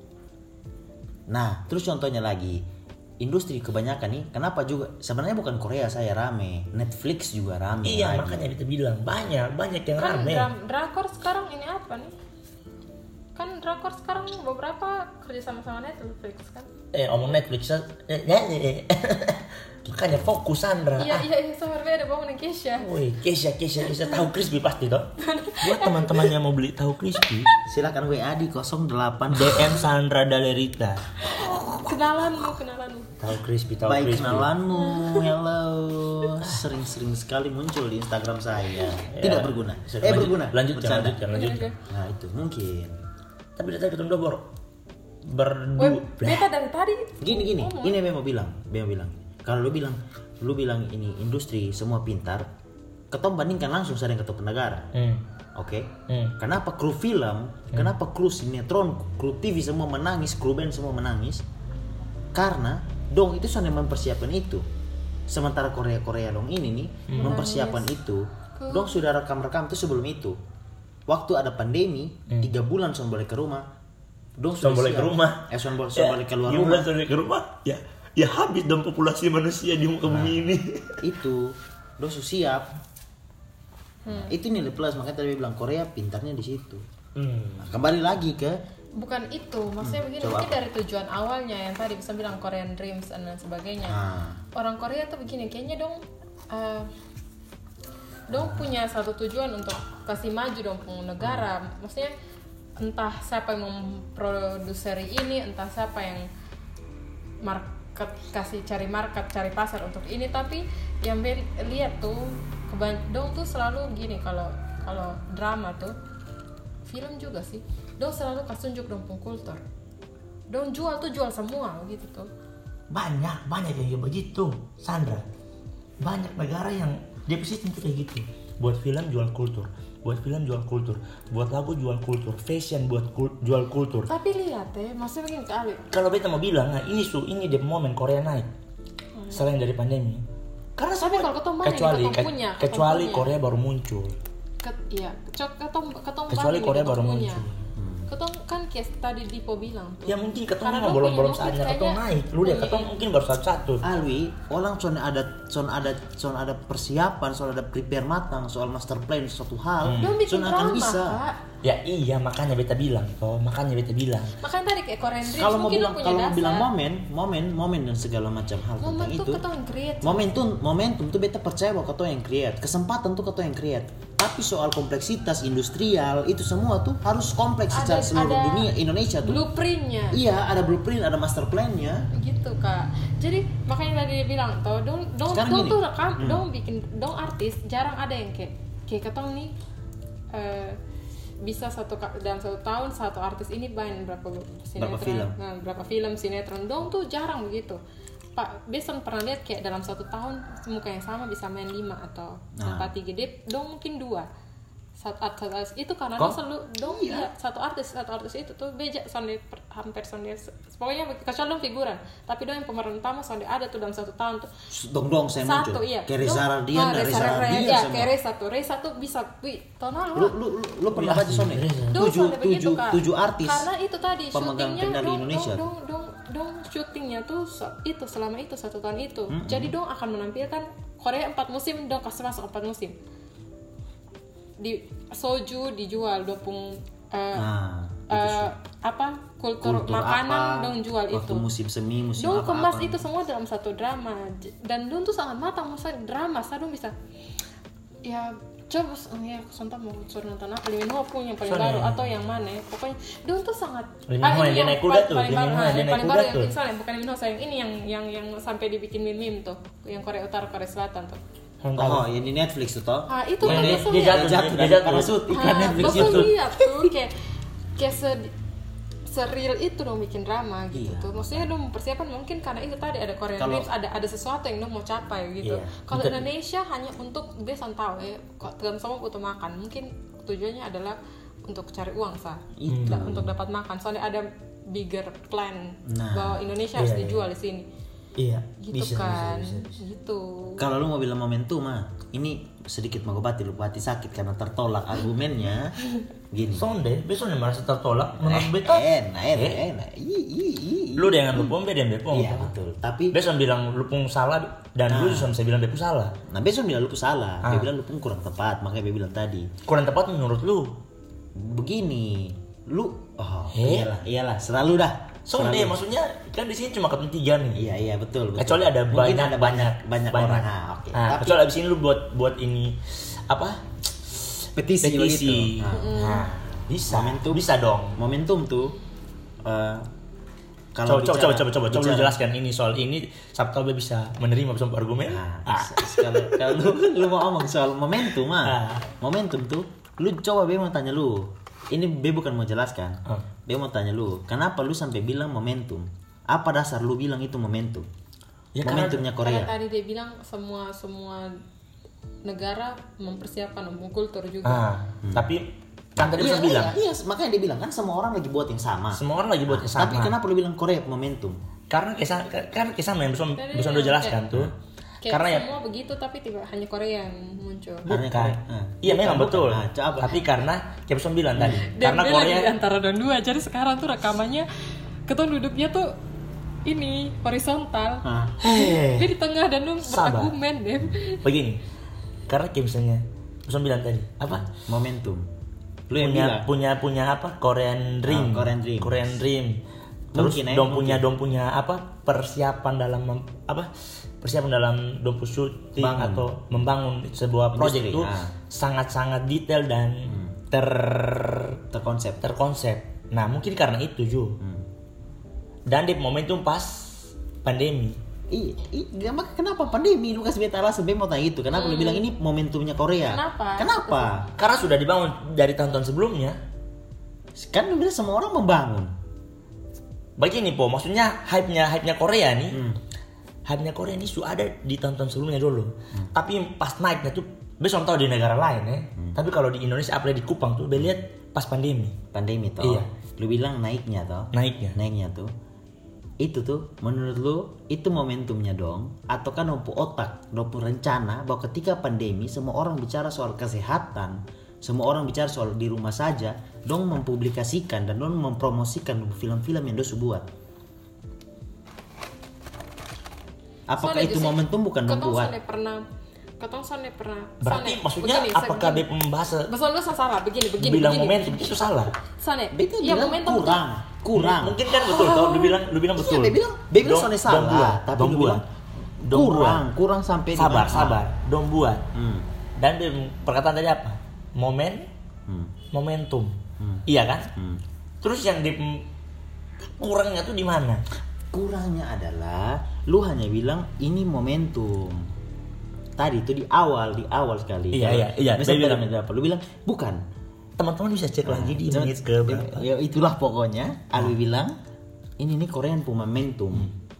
Nah, terus contohnya lagi, industri kebanyakan nih, kenapa juga sebenarnya bukan Korea saya rame, Netflix juga rame. Iya, lagi. makanya kita bilang banyak, banyak yang kan rame. Kan drakor sekarang ini apa nih? kan drakor sekarang beberapa kerja sama sama Netflix kan. Eh omong Netflix eh, eh, eh. Makanya fokus Sandra. Iya Ah, iya iya sama beda bangun dengan Kesha. woi, Kesha, Kesha, Kesha tahu crispy pasti toh. Buat teman-teman yang mau beli tahu crispy, Silakan W A di nol delapan D M Sandra Dalerita. Kenalanmu kenalanmu. Tahu crispy, tahu Baik, crispy. kenalanmu, hello. Sering-sering sekali muncul di Instagram saya. Tidak Ya. berguna. Lanjut- Eh berguna. Lanjutkan, Bercanda. lanjutkan, lanjutkan. Nah itu mungkin. Tapi dari tadi ketemu dua bor. Woi, Berdua. beta dari tadi. Gini gini, ini yang mau bilang, yang bilang. Kalau lu bilang, lu bilang ini industri semua pintar, ketemu bandingkan langsung sering ketemu negara. Hmm. Oke. Hmm. Kenapa kru film, kenapa kru sinetron, kru T V semua menangis, kru band semua menangis? Karena dong itu sudah mempersiapkan itu. Sementara Korea-Korea dong ini nih mempersiapkan itu. Dong sudah rekam-rekam itu sebelum itu. Waktu ada pandemi, tiga bulan sudah boleh ke rumah. Dong sudah Sudah boleh siap. ke rumah. Eh sudah boleh, Ya, sudah boleh keluar ya, rumah. sudah boleh ke rumah. Ya, ya habis dong populasi manusia di muka bumi ini. Itu dong sudah siap. Itu nilai plus, makanya tadi bilang Korea pintarnya di situ. Hmm. Nah, kembali lagi ke Bukan itu, maksudnya begini, coba mungkin dari tujuan awalnya yang tadi bisa bilang Korean Dreams dan lain sebagainya. nah, Orang Korea tuh begini, kayaknya dong eh, dong punya satu tujuan untuk kasih maju dong pung negara. Maksudnya entah siapa yang memproduksi ini, entah siapa yang market kasih cari market, cari pasar untuk ini, tapi yang be- lihat tuh keban dong tuh selalu gini kalau kalau drama tuh film juga sih. Dong selalu kasih tunjuk dong pung kultur. Dong jual tuh jual semua gitu tuh. Banyak, banyak yang kayak begitu, Sandra. Banyak negara yang dia sistem tuh kayak gitu. Buat film jual kultur, buat film jual kultur, buat lagu jual kultur, fashion buat kul- jual kultur. Tapi lihat ya, maksudnya begini kali. Kalau beta mau bilang, nah ini su, ini the momen Korea naik. Selain dari pandemi. Karena Tapi semua- kalau ketemu mana nih, kecuali ketemu ke- punya, ketemu kecuali punya. Korea baru muncul. Ket, iya, Cok- ketong ketong Kecuali Bali Korea nih, baru ketong punya. muncul. Ketong kan kayak tadi Dipo bilang tuh. Ya mungkin ketemu Karena mah dong belum punya belum mungkin saatnya ketemu kayaknya naik. Lu dia punya- ketemu mungkin baru satu-satu. Alwi, orang soal ada soal ada soal ada persiapan, soal ada prepare matang, soal master plan suatu hal, Dong bikin soal akan drama, bisa. Kak. Ya iya makanya beta bilang toh, makanya beta bilang. Makanya tadi kayak Korean Dreams Kalau mau mungkin bilang dong punya kalau mau dasar. bilang momen, momen, momen dan segala macam hal Momen tentang tuh itu. ketong create. Momentum, momentum tuh beta percaya bahwa kau yang create, kesempatan tuh kau yang create. Tapi soal kompleksitas industrial itu semua tuh harus kompleks Ada- secara seluruh ada dunia Indonesia tuh. Blueprintnya. Iya, ada blueprint, ada master plan-nya. Gitu kak, jadi makanya tadi dia bilang tau dong dong Sekarang dong gini. tuh rekam dong bikin dong artis jarang ada yang kayak kayak ketong nih eh, bisa satu ka- dalam satu tahun satu artis ini main berapa sinetron, film. nah, berapa film sinetron dong tuh jarang begitu. Pak Beson pernah lihat kayak dalam satu tahun muka yang sama bisa main lima atau Nah. empat tiga dip dong mungkin dua satu artis itu karena Kok? dong selalu dong iya. satu artis satu artis itu tuh beja sonde per- hampir sonde pokoknya kecuali dong figuran tapi dong yang pemeran utama sonde ada tuh dalam satu tahun tuh Dong dong saya satu muncul. iya Kayak Reza Dong- Radian, ah, Reza Reza Radian Radian, semua. kayak Reza tuh Reza tuh bisa wih tahun lalu Lu lu lu, lu pernah baca Sony? Dong Tujuh sonde begitu, tujuh Kak. tujuh artis. karena itu tadi pemegang syutingnya kendali dong, Indonesia. dong, dong, dong, dong syutingnya tuh so- itu selama itu satu tahun itu jadi dong akan menampilkan Korea empat musim dong kasih masuk empat musim di soju dijual dopung eh, Nah, eh, apa kultur, kultur makanan apa, dong jual waktu itu musim semi, musim dong apa, kemas apa. itu semua dalam satu drama J- dan dong tuh sangat matang maksudnya drama saya dong bisa ya coba ya contoh mau suruh nonton apa Lee Min Ho pun yang paling Soalnya- baru atau yang mana ya. Pokoknya dong tuh sangat Lee Min ah, Ho ini yang dia naik kuda pa- tuh, paling Lee Min baru Ho ah, yang dia yang naik paling kuda baru yang tuh. misalnya bukan Lee Min Ho sayang ini yang yang yang sampai dibikin meme-meme tuh yang Korea Utara Korea Selatan tuh Oh, yang di Netflix tuh toh. ah itu Yang kan dia, langsung dia lihat. jatuh, Jatuh dia dari jatuh. parasut, iklan Ah, Netflix bapak itu. lihat tuh kayak kayak se seril itu dong bikin drama gitu Iya. tuh. Maksudnya dong mempersiapkan mungkin karena itu tadi ada Korean Kalau- Dreams, ada ada sesuatu yang dong mau capai gitu. Iya. Kalau Betul. Indonesia hanya untuk besan tahu ya, kok dalam semua butuh makan. Mungkin tujuannya adalah untuk cari uang sah. Itu. Da- untuk dapat makan. Soalnya ada bigger plan Nah. bahwa Indonesia harus Iya, iya. dijual di sini. Iya, Gitu bisa, kan. bisa, bisa, bisa. Gitu. Kalau lu mau bilang momentum mah, ini sedikit mengobati lupa hati sakit karena tertolak argumennya. Gini. Sonde, besok nih merasa tertolak menurut beta. Enak, enak, Eh? enak. Ih, ih, ih. Lu dengan lupung beda bepong. Iya betul. Tapi Besok bilang lupung salah dan lu bisa bisa bilang bepung salah. nah besok bilang lu salah, dia Ah. bilang lu pun kurang tepat, makanya dia bilang tadi. Kurang tepat menurut lu. Begini, lu oh Eh? iyalah iyalah selalu dah. Sonde Selalu. maksudnya kan di sini cuma ketemu tiga nih. Iya iya betul, betul. Kecuali ada Mungkin banyak ada banyak banyak, orang. Ah, oke. Nah, Tapi kecuali abis ini lu buat buat ini apa? petisi, Petisi. begitu. Nah, Nah, bisa. Momentum. Bisa dong. momentum tuh eh, Coba, coba, bicara- coba, coba, coba, coba lu bicara- jelaskan ini soal ini. Sabtu B bisa menerima bersama argumen. Nah, Ah. s- kalau kalau lu, lu mau ngomong soal momentum ah. Ah. Momentum tuh lu coba Be mau tanya lu. Ini Be bukan mau jelaskan. Ah. Be mau tanya lu, kenapa lu sampai bilang momentum? Apa dasar lu bilang itu momentum? Ya, karena- Momentumnya Karena Korea. tadi dia bilang semua semua negara mempersiapkan memukul kultur juga. Ah, tapi kan tadi Iya, bisa bilang iya, iya, makanya dia bilang kan semua orang lagi buat yang sama. semua orang lagi buat yang sama. Tapi kenapa lu bilang Korea momentum? Karena kisah kan kisah yang bisa Tadi bisa dia udah jelaskan kayak- tuh. Kayak Karena ya semua begitu tapi tiba hanya Korea yang muncul. Karena bukan. Korea- ah. Iya memang Bukan, betul. bukan. Ah, coba. Tapi karena kayak Person bilang tadi, Dan karena dia Korea lagi di antara dan dua. Jadi sekarang tuh rekamannya ketua duduknya tuh ini horizontal. Ah. Eh, Dia di tengah dan lu Sabar. berargumen deh. begini. Karena kayak misalnya Person bilang tadi, apa? Momentum. Lu yang punya bilang. punya punya apa Korean Dream Ah, Korean Dream. Korean Dream terus Mungkin, eh, dong mungkin. punya dong punya apa persiapan dalam mem- apa persiapan dalam dong syuting Bangun. atau membangun sebuah project Industri, itu ah. sangat-sangat detail dan ter Terkonsep. terkonsep. Nah mungkin karena itu Ju Hmm. dan di momentum pas pandemi. Iya, iya, maka kenapa pandemi? Lu kasih beta alasan, Be mau tanya itu. Kenapa lu bilang ini momentumnya Korea? Kenapa? Kenapa? Karena sudah dibangun dari tahun-tahun sebelumnya. Kan lu bilang semua orang membangun. Begini po, maksudnya hype-nya hype-nya Korea nih. Hmm. Hype-nya Korea ini sudah ada di tahun-tahun sebelumnya dulu. Tapi pas naiknya tuh, besok tahu di negara lain ya. Tapi kalau di Indonesia, apalagi di Kupang tuh, be lihat pas pandemi Pandemi toh. Iya. Lu bilang naiknya toh. naiknya. Naiknya tuh. Itu tuh menurut lu itu momentumnya dong atau kan nompu otak, nompu rencana bahwa ketika pandemi semua orang bicara soal kesehatan, semua orang bicara soal di rumah saja, dong mempublikasikan dan dong mempromosikan film-film yang dosu buat. Apakah Soalnya itu justru momentum bukan dong Ketong buat? soalnya pernah Ketong soalnya pernah Berarti soalnya- maksudnya begini, apakah begini. dia pembahasa Betul lu salah begini begini bilang begini. momentum itu salah? Soalnya Beta ya bilang momentum tuh- kurang, kurang. Mungkin kan betul, tau lu bilang lu bilang betul. Iya, Be bilang, Be bilang Dong- soalnya dong salah, buat, tapi dong lu buat. bilang Dong kurang, buat. kurang sampai di Sabar, mana? sabar. Dong buat. Hmm. Dan dia perkataan tadi apa? Momen, Hmm. momentum. Hmm. Iya kan? Hmm. Terus yang di kurangnya tuh di mana? Kurangnya adalah lu hanya bilang ini momentum. Tadi itu di awal, di awal sekali. Iya, iya, iya. Besok Dia bilang- menit berapa? Lu bilang bukan. Teman-teman bisa cek lagi di Jangan- menit ke berapa. Ya, itulah pokoknya. Alwi bilang ini nih Korean punya momentum.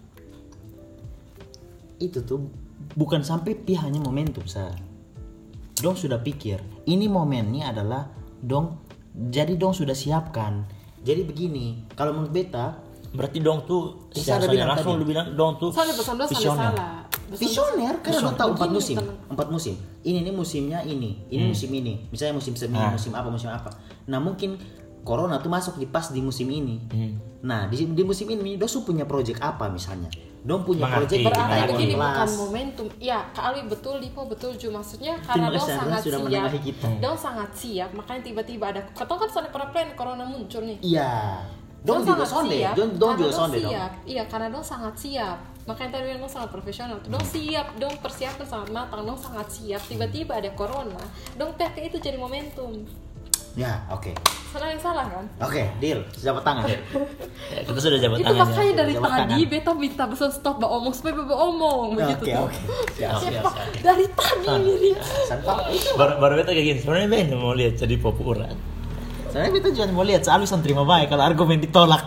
Itu tuh bukan sampai pi hanya momentum sa. Dong sudah pikir ini momennya adalah dong. Jadi dong sudah siapkan. Jadi begini, kalau menurut beta Berarti dong tuh Bisa secara ada bilang langsung tadi. lu bilang dong tuh soalnya pesan lu soalnya visioner. salah. Pesan- visioner karena lo tahu empat Begini, musim, teman. empat musim. Ini nih musimnya ini, ini musim ini. Misalnya musim semi, Ah. musim apa, musim apa. Nah mungkin corona tuh masuk di pas di musim ini. Hmm. Nah di, di musim ini Dosu punya project apa misalnya? Dong punya Mengerti. project Berarti naik begini bukan kelas. momentum. Ya, Kak Ali betul, Lipo betul juga. Maksudnya Terima karena dong kasih, Anda sangat sudah siap. menengahi kita. Dong sangat siap, makanya tiba-tiba ada. Ketong kan soalnya pernah plan corona muncul nih. Iya. Dong juga sonde, dong, dong karena juga sonde dong. siap. Iya, karena dong sangat siap. Makanya tadi dong sangat profesional. Dong siap, dong persiapan sangat matang, dong sangat siap. Tiba-tiba ada corona, dong pakai itu jadi momentum. Ya, oke. Salah yang salah kan? Oke, deal. Jabat tangan. Ya, kita sudah jabat Itu tangan. ya. makanya dari Jabat tadi tangan. beta minta pesan stop mbak omong supaya mbak omong begitu Oke, tuh. oke. Siap, siap, Siapa? siap. Dari tadi mirip. Santai. Baru baru beta kayak gini. Sebenarnya Ben mau lihat jadi populer. Soalnya kita juga mau lihat selalu son terima baik kalau argumen ditolak.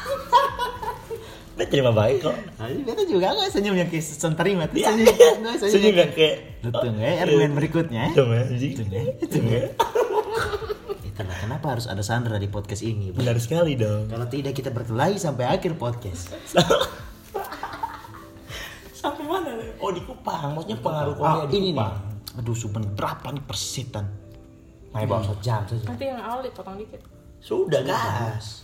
Ben terima baik kok. Nah, ini beta juga nggak senyum yang kayak son terima tuh. Iya. Senyum, nggak Senyum kan kayak Betul ya, argumen berikutnya. ya. Tunggu anjing. Tunggu. Itulah kenapa harus ada Sandra di podcast ini. Bro. Benar sekali dong. Kalau tidak kita berkelahi sampai akhir podcast. Sampai mana? Oh di Kupang, maksudnya pengaruh Ah, Korea di ini nih. Kupang. Aduh, sumpah nih, berapa nih persetan? Main bawa satu jam saja. Nanti yang awal dipotong dikit. Sudah gas.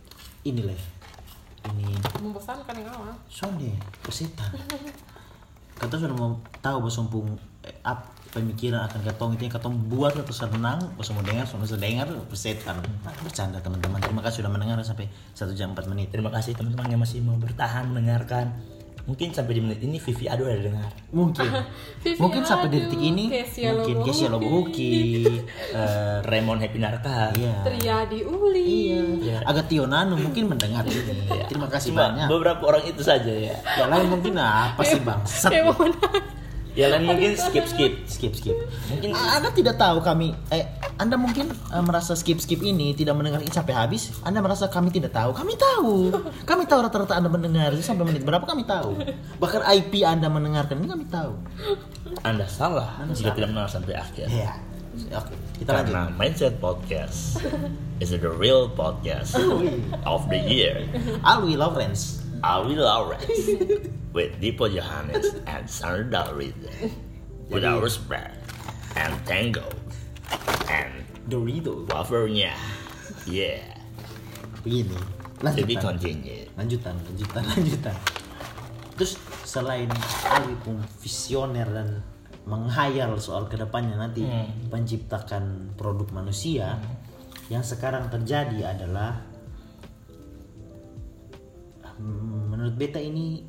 Ini lah. Ini Membosankan yang awal. sonde persetan. Kata sudah mau tahu bos pung eh, up pemikiran akan katong itu yang katong buat atau senang, bos mau dengar, bos mau dengar, persetan. Nah, bercanda teman-teman. Terima kasih sudah mendengar sampai satu jam empat menit. Terima kasih teman-teman yang masih mau bertahan mendengarkan. Mungkin sampai di menit ini Vivi Ado ada dengar. Mungkin. Vivi Mungkin sampai Adu, detik ini Kesia mungkin Lobo Kesia Lobo Huki. Eh, Raymond Happy Narka. Iya. Triadi Uli. Iya. Agak Tionano mungkin mendengar ini. Terima kasih Cuma banyak. beberapa orang itu saja ya. Yang lain mungkin apa sih bang? Set. Kayak mau Yang lain mungkin skip skip. Skip skip. Mungkin Anda tidak tahu kami. Eh, Anda mungkin eh, merasa skip skip ini tidak mendengar ini sampai habis. Anda merasa kami tidak tahu. Kami tahu. Kami tahu rata-rata Anda mendengar ini sampai menit berapa kami tahu. Bahkan I P Anda mendengarkan ini kami tahu. Anda salah Anda jika salah. tidak mendengar sampai akhir. Iya. Oke, kita lanjut. Karena Mindset Podcast is the real podcast of the year. Alwi Lawrence. Alwi Lawrence with Dipo Johannes and Sandra Rizal with our spread and Tango and Dorito. wafernya. Yeah. Begini. To be Lanjutan. continued. Lanjutan, lanjutan, lanjutan. Terus selain Alwi pun visioner dan menghayal soal kedepannya nanti Hmm. menciptakan produk manusia, yang sekarang terjadi adalah hmm, menurut beta ini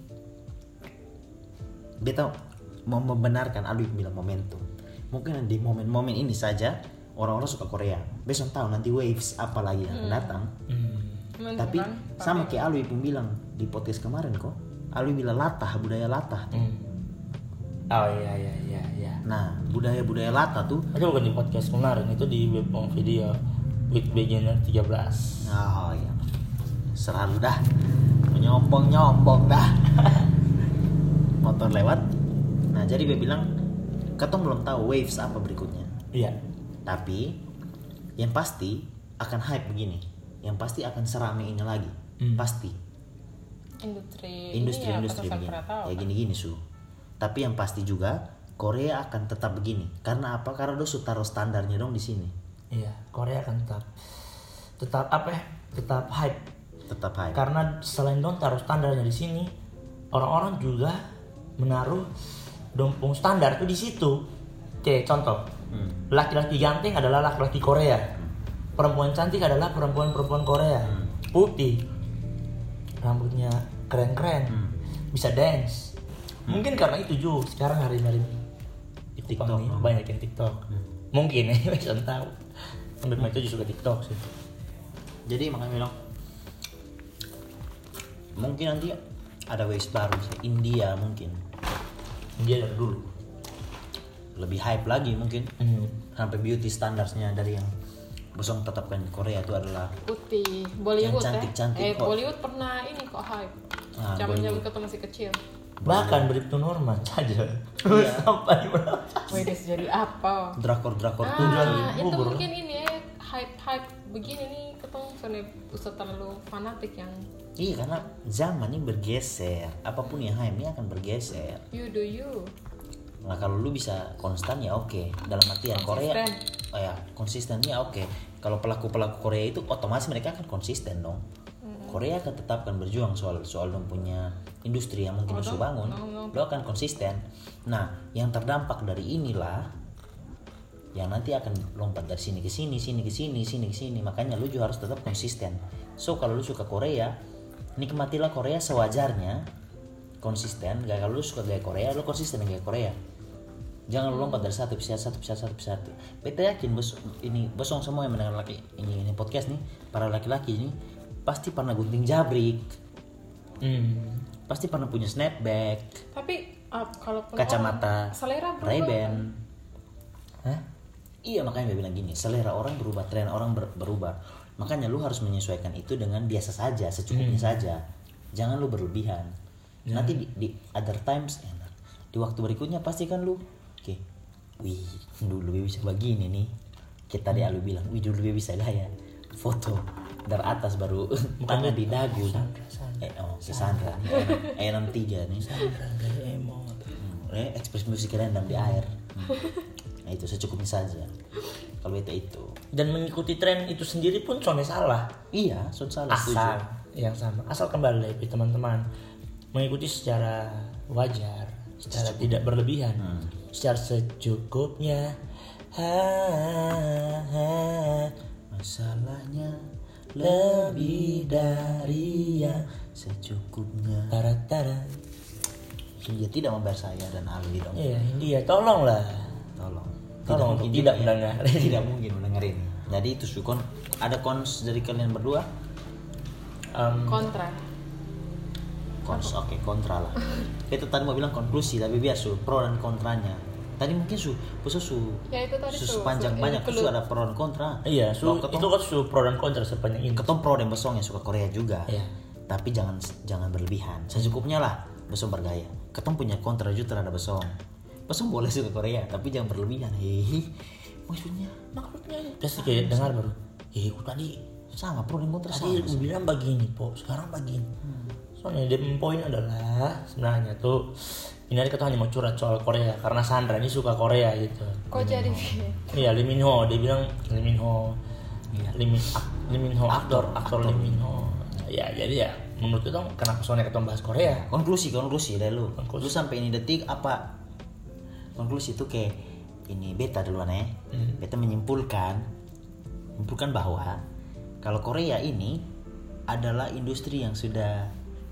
beta mau membenarkan Alwi bilang momentum. Mungkin di momen-momen ini saja orang-orang suka Korea. Besok tahu nanti waves apa lagi yang akan datang. Tapi sama kayak Alwi pun bilang di podcast kemarin kok. Alwi bilang latah, budaya latah tuh. Oh iya iya iya iya. Nah, budaya-budaya latah tuh. Itu bukan di podcast kemarin, itu di webpong video with beginner tiga belas. Oh iya. Selalu dah menyombong-nyombong dah. Motor lewat. Nah, jadi gue bilang katong belum tahu waves apa berikutnya. Iya. Tapi yang pasti akan hype begini. Yang pasti akan serame ini lagi. Hmm. Pasti. industri Industri ini ya, industri pasar begini. Pratama. Ya gini-gini su. Tapi yang pasti juga Korea akan tetap begini. Karena apa? Karena dia sudah taruh standarnya dong di sini. Iya, Korea akan tetap tetap apa ya? Tetap hype. Tetap hype. Karena selain dong taruh standarnya di sini, orang-orang juga menaruh dompung standar tuh di situ. Oke, contoh. Hmm. Laki-laki ganteng adalah laki-laki Korea. Perempuan cantik adalah perempuan-perempuan Korea. Hmm. Putih. Rambutnya keren-keren. Hmm. Bisa dance. Mungkin karena itu juga sekarang hari-hari di TikTok, TikTok nih, oh. banyak yang TikTok. Mungkin ya, bisa tahu. Sampai mereka juga suka TikTok sih. Jadi makanya bilang mungkin nanti ada waves baru sih. India mungkin Dia dari dulu. lebih hype lagi mungkin. Hmm. Sampai beauty standarnya dari yang Bosong tetapkan di Korea itu adalah putih Bollywood Yang cantik-cantik eh, eh kok. Bollywood pernah ini kok hype Ah, zaman-zaman Bollywood. kita masih kecil. Bahkan Bribtu Norman saja Iya. sampai berapa? Wih, dia jadi apa? drakor-drakor tuh. Ah, itu bubur. mungkin ini ya hype-hype begini nih ketemu soalnya usah terlalu fanatik yang Iya, karena zaman ini bergeser. Apapun yang hype ini akan bergeser. you do you. Nah, kalau lu bisa konstan ya oke. Dalam artian Korea, Konsisten. oh ya konsistennya oke. Kalau pelaku-pelaku Korea itu otomatis mereka akan konsisten dong. Korea akan tetap akan berjuang soal soal dong punya industri yang mungkin Oh, lu dong. bangun. Oh, dong. Lu akan konsisten. Nah, yang terdampak dari inilah yang nanti akan lompat dari sini ke sini, sini ke sini, sini ke sini. Makanya lu juga harus tetap konsisten. So kalau lu suka Korea, nikmatilah Korea sewajarnya, konsisten. Gak kalau lu suka gaya Korea, lu konsisten dengan gaya Korea. Jangan lu lompat dari satu episode satu episode satu episode. Beta yakin bos ini bosong semua yang mendengar laki ini, ini podcast nih, para laki-laki ini pasti pernah gunting jabrik, Hmm. pasti pernah punya snapback, Tapi ah, kalau kacamata selera berubah, Ray-Ban. kan? Hah? Iya, makanya dia bilang gini, selera orang berubah, tren orang ber- berubah. Makanya lu harus menyesuaikan itu dengan biasa saja, secukupnya saja. Jangan lu berlebihan. Nanti di, di other times enak. Di waktu berikutnya pasti kan lu, oke, wih dulu dia bisa begini nih. Kita di Alu bilang, wih dulu dia bisa gaya. Foto dari atas baru tangan di dagu. Eh, oh, ke Sandra nih, E enam tiga nih. Eh, ekspresi musik random di air. Nah itu secukupnya saja. Kalau itu itu. Dan mengikuti tren itu sendiri pun soalnya salah. Iya, sun salah setuju. Asal yang sama. Asal kembali teman-teman mengikuti secara wajar, secara tidak berlebihan, Hmm. secara secukupnya. Ha, ha, Masalahnya lebih dari yang secukupnya. tara-tara. Dia tidak membayar saya dan Ali dong. Iya, India, tolonglah. Tolong. Tolong untuk tidak juga ya. mendengar. Tidak mungkin mendengarin. Jadi itu sukon. Ada cons dari kalian berdua? Um, Kontra. Cons, oke, kontra lah. Itu tadi mau bilang konklusi, tapi biar su pro dan kontranya. Tadi mungkin su, su su, Ya, itu tadi su, su- sepanjang su- banyak include. su ada pro dan kontra. iya, su, Kalau ketong- itu kan su pro dan kontra sepanjang ini. ketong pro dan besong yang suka Korea juga. Iya. Tapi jangan jangan berlebihan. Secukupnya lah. Besong bergaya. Ketong punya kontra juga terhadap besong. Besong boleh suka Korea, tapi jangan berlebihan. Hehe. Maksudnya, maksudnya Terus kayak dengar baru, eh aku tadi sama pro dan kontra sama. tadi aku bilang begini po, sekarang begini. Soalnya dia poin adalah sebenarnya tuh ini hari kita hanya mau curhat soal Korea karena Sandra ini suka Korea gitu. Kok jadi Iya, Lee Min Ho, dia bilang Lee Min Ho, Lee Min, ak, Lee Min Ho aktor, aktor Lee Min Ho. Ya jadi ya menurut kita kenapa soalnya kita bahas Korea? Konklusi, konklusi dari lu. Konklusi. Lu sampai ini detik apa? Konklusi itu kayak ini beta duluan ya. Hmm. Beta menyimpulkan menyimpulkan bahwa kalau Korea ini adalah industri yang sudah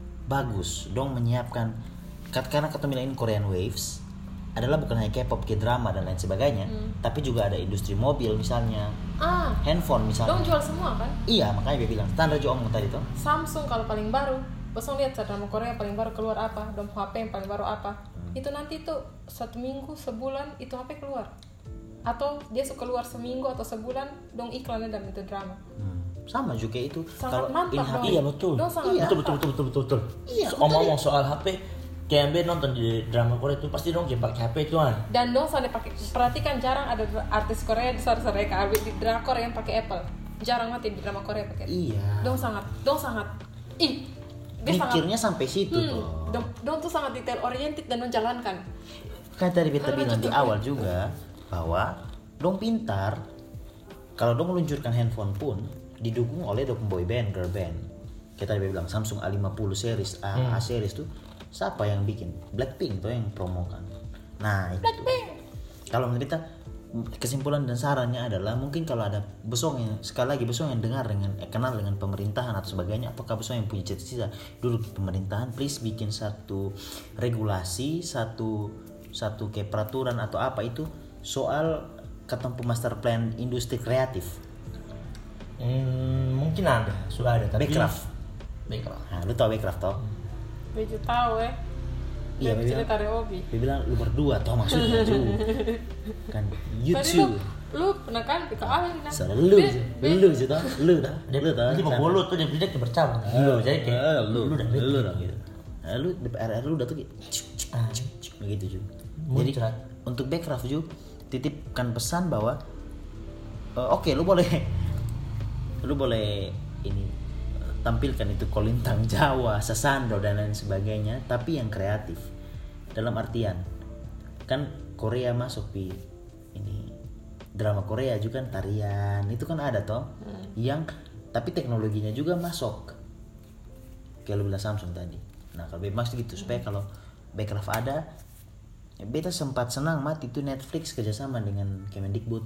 bagus dong menyiapkan kat- karena kita bilang ini Korean Waves adalah bukan hanya K-pop, K-drama dan lain sebagainya, tapi juga ada industri mobil misalnya, Ah, handphone dong misalnya. jual semua kan? Iya, makanya dia bilang standar juga omong tadi tuh. Samsung kalau paling baru, Bosong lihat drama Korea paling baru keluar apa, dom H P yang paling baru apa. Itu nanti tuh satu minggu, sebulan itu H P keluar. Atau dia suka keluar seminggu atau sebulan, dong iklannya dalam itu drama. Hmm. Sama juga itu. Sangat mantap in-H P dong. Iya betul. Dong sangat Iya. Betul, mantap. betul betul betul betul. Iya, So, omong-omong soal H P, kayak ambil nonton di drama Korea itu pasti dong kayak pakai H P itu kan. Dan dong sampai pakai, perhatikan jarang ada artis Korea di sore-sore kayak di drakor yang pakai Apple. Jarang mati di drama Korea pakai. Iya. Dong sangat, dong sangat, ih, dia sangat, Mikirnya sampai situ hmm, tuh. dong, dong tuh sangat detail oriented dan menjalankan. Kayak tadi beta Karena bilang di cukup. awal juga bahwa dong pintar kalau dong meluncurkan handphone pun didukung oleh dong boy band, girl band. Kita tadi bilang Samsung A lima puluh series, A, A series tuh siapa yang bikin? Blackpink tuh yang promokan. Nah, itu. Kalau menurut kita kesimpulan dan sarannya adalah mungkin kalau ada besong yang sekali lagi besong yang dengar dengan eh, kenal dengan pemerintahan atau sebagainya, apakah besong yang punya cita-cita duduk di pemerintahan, please bikin satu regulasi, satu satu kayak peraturan atau apa itu soal ketempu master plan industri kreatif. Hmm, mungkin ada, sudah ada tapi Backcraft. Backcraft. Nah, lu tau Backcraft toh? Beju tahu eh. Iya, Dia dia cerita dari Obi. Dia bilang lu berdua toh maksudnya Ju. Kan Tadi YouTube. lu, lu pernah kan ke ahli nah. Selalu lu, lu sih toh, lu dah, Dia lu toh. dia mau lu tuh dia dia kayak bercabang. Lu jadi kayak Eh, lu, lu dan lu dong gitu. Nah, lu D P R R lu udah tuh kayak cuk, cuk, cuk, cuk, begitu Ju. Jadi Muncrat. untuk Backcraft Ju titipkan pesan bahwa eh, oke lu boleh lu boleh ini eh, tampilkan itu kolintang Jawa, sasando dan lain sebagainya, tapi yang kreatif. Dalam artian kan Korea masuk di ini drama Korea juga kan tarian itu kan ada toh yang tapi teknologinya juga masuk kayak lu bilang Samsung tadi. Nah kalau maksud gitu supaya kalau Backcraft ada ya, beta sempat senang mati itu Netflix kerjasama dengan Kemendikbud.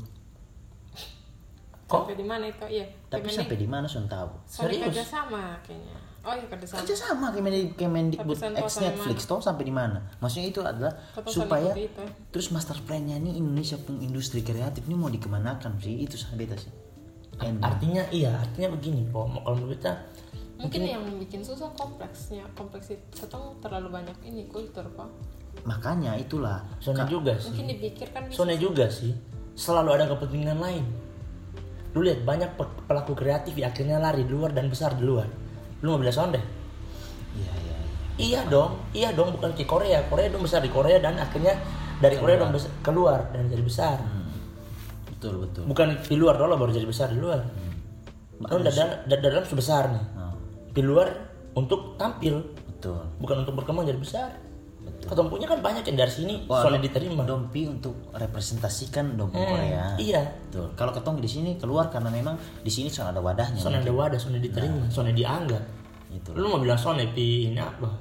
Sampai di mana itu? Iya. Tapi Kemendik- sampai di mana saya tahu. Soalnya Serius? kerja sama kayaknya. Oh iya kerja sama. Kerjasama Kemendik Kemendikbud Tapi saya ex tahu sampai Netflix toh sampai di mana? Maksudnya itu adalah Kata supaya saling itu. terus master plan-nya nih Indonesia pun industri kreatif ini mau dikemanakan sih itu saya beta sih. Ending. Artinya iya, artinya begini po. Kalau menurut kita Mungkin yang bikin susah kompleksnya, kompleksitas setengah terlalu banyak ini kultur pak. Makanya itulah. Soalnya Ka- juga sih. Mungkin dipikirkan bisa. Soalnya juga sih selalu ada kepentingan lain. Lu lihat banyak pe- pelaku kreatif yang akhirnya lari di luar dan besar di luar. Lu mau bilang sonde? Iya iya. iya. Iya dong, iya dong bukan di Korea. Korea dong besar di Korea dan akhirnya dari Korea dong bes- keluar dan jadi besar. Hmm. Betul betul. Bukan di luar dulu baru jadi besar di luar. Lu dari dalam, dari dalam sudah besar nih. Oh, Di luar untuk tampil, betul. bukan untuk berkembang jadi besar. Ketempunya kan banyak yang dari sini Wah, soalnya dom- diterima. Dompi untuk representasikan dom Hmm, Korea. iya. Betul. Kalau ketong di sini keluar karena memang di sini soalnya ada wadahnya. Soalnya ada wadah, soalnya diterima, soalnya dianggap. Itu. Lu mau bilang soalnya pi ini apa?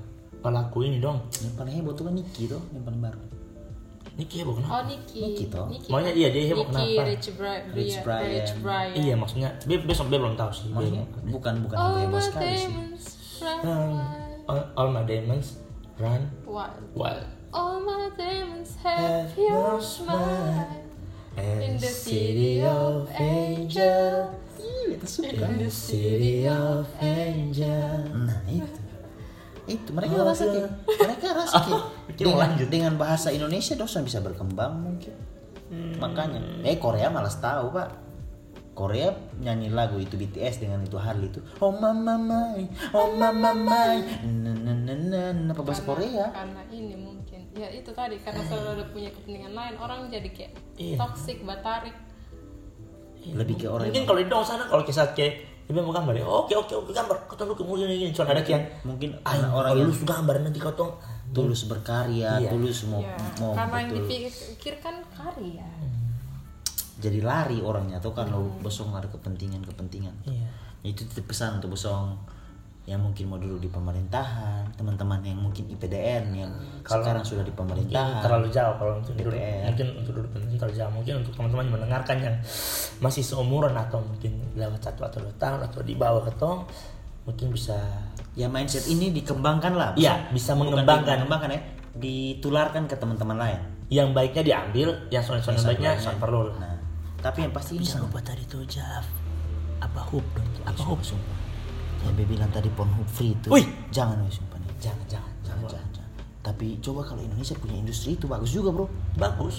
pelaku ini dong. Yang paling heboh tuh kan Nicky tuh, yang paling baru. Nicky heboh kenapa? Oh Nicky. Nicky toh. Makanya iya dia heboh Nicky, kenapa? Rich Brian. Rich Brian. Rich Brian. Iya maksudnya dia besok dia belum tahu sih. Dia Maksudnya belum- bukan bukan All heboh my sekali sih. demons run Um, wild. all, all my demons run Wild. wild. All my demons have your smile. In the city of angels. In the city of angels. Nah itu itu mereka rasa kayak mereka rasa kayak Kita mau dengan, lanjut. dengan bahasa Indonesia dosa bisa berkembang mungkin. Makanya eh Korea malas tahu pak. Korea nyanyi lagu itu B T S dengan itu Harley itu oh mama mai oh mama mai nah, nah, nah, nah, nah, apa bahasa Korea. Karena ini mungkin ya itu tadi karena selalu ada punya kepentingan lain orang jadi kayak Iya. toxic, batarik. Lebih ke orang Mungkin kalau di dong sana kalau kisah kayak dia mau gambar ya. Oke oke oke gambar. Kau tahu kemudian ini soalnya ada yang mungkin ah orang kalau yang lu suka gambar nanti kau tong tulus berkarya, Iya. tulus mau Ya, mau karena yang betul dipikirkan karya. jadi lari orangnya tuh kan lo bosong ada kepentingan-kepentingan. Iya. Itu titip pesan untuk bosong yang mungkin mau duduk di pemerintahan, teman-teman yang mungkin I P D N yang Kalau sekarang sudah di mungkin pemerintahan. terlalu jauh kalau untuk duduk, D P R. mungkin untuk duduk penting terlalu jauh. Mungkin untuk teman-teman yang mendengarkan yang masih seumuran atau mungkin lewat satu atau dua tahun atau di bawah ketong mungkin bisa Ya mindset ini dikembangkan lah. Iya, bisa Bukan mengembangkan. dikembangkan ya, ditularkan ke teman-teman lain. yang baiknya diambil, yang soal-soal yang baiknya Yang soal perlu. Nah, tapi yang pasti ini Jangan lupa tadi tuh Jaf apa hub dong apa hub sumpah. Yang Be bilang tadi Pornhub free itu. Wih! Jangan weh sumpah nih. jangan jangan Jangan, jangan, jangan, jangan. Tapi coba kalau Indonesia punya industri itu bagus juga, Bro. bagus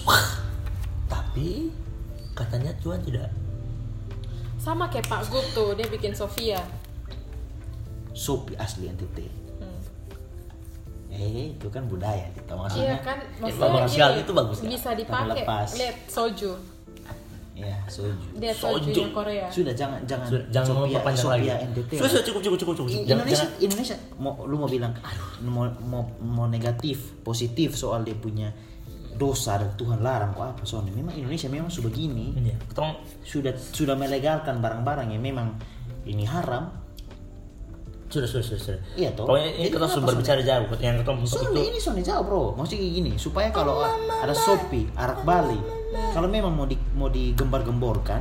tapi katanya cuan tidak Sama kayak Pak Gup tuh dia bikin Sofia. Shopee asli N T T. Hmm. Eh, itu kan budaya kita Iya maksudnya. kan, bagus maksudnya sekali, gini, itu bagus ya. bisa Tapi dipakai. lepas. Lihat soju, Ya, soju. dia Soju. sojunya Korea. Sudah jangan jangan Sudah, jangan Sophia- memperpanjang Sophia lagi N T T. sudah sudah, cukup cukup cukup cukup I- Jangan- Indonesia jangan- Indonesia mau lu mau bilang aduh mau mau mau negatif positif soal dia punya dosa dan Tuhan larang kok apa soalnya memang Indonesia memang sudah begini Iya, ketong sudah sudah melegalkan barang-barang yang memang ini haram. sudah sudah sudah, sudah. Iya, toh. Pokoknya ini Jadi kita kenapa sudah berbicara jauh yang ketong untuk Soalnya itu ini soalnya jauh bro, maksudnya kayak gini supaya kalau ada Shopee, Arak Bali, kalau memang mau di mau digembar-gemborkan,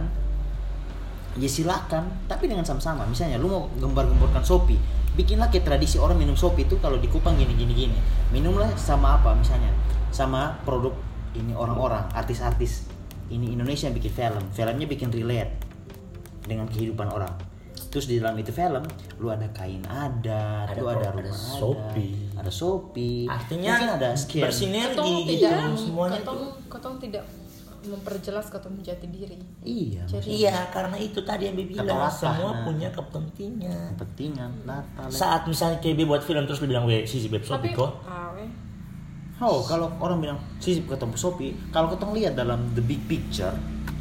ya silakan, tapi dengan sama-sama. Misalnya lu mau gembar-gemborkan Shopee, bikinlah kayak tradisi orang minum Shopee itu kalau di Kupang gini-gini gini, minumlah sama apa misalnya, sama produk ini orang-orang, artis-artis ini Indonesia yang bikin film, filmnya bikin relate dengan kehidupan orang. Terus di dalam itu film, lu ada kain adat, Ada lu ada pro- ada rumah adat, Shopee. ada Shopee, artinya mungkin ada scan. bersinergi Ketong gitu tidak, semuanya ketong, itu. ketong tidak memperjelas ketong jati diri. Iya, Jadi Iya, karena itu tadi yang Bibi bilang Kata semua nah. punya kepentingan. kepentingan data. Saat misalnya K B buat film terus lu bilang weh sisi web Shopee tapi kok. ah, weh. Oh, kalau orang bilang sih ketemu Shopee, kalau ketemu lihat dalam the big picture,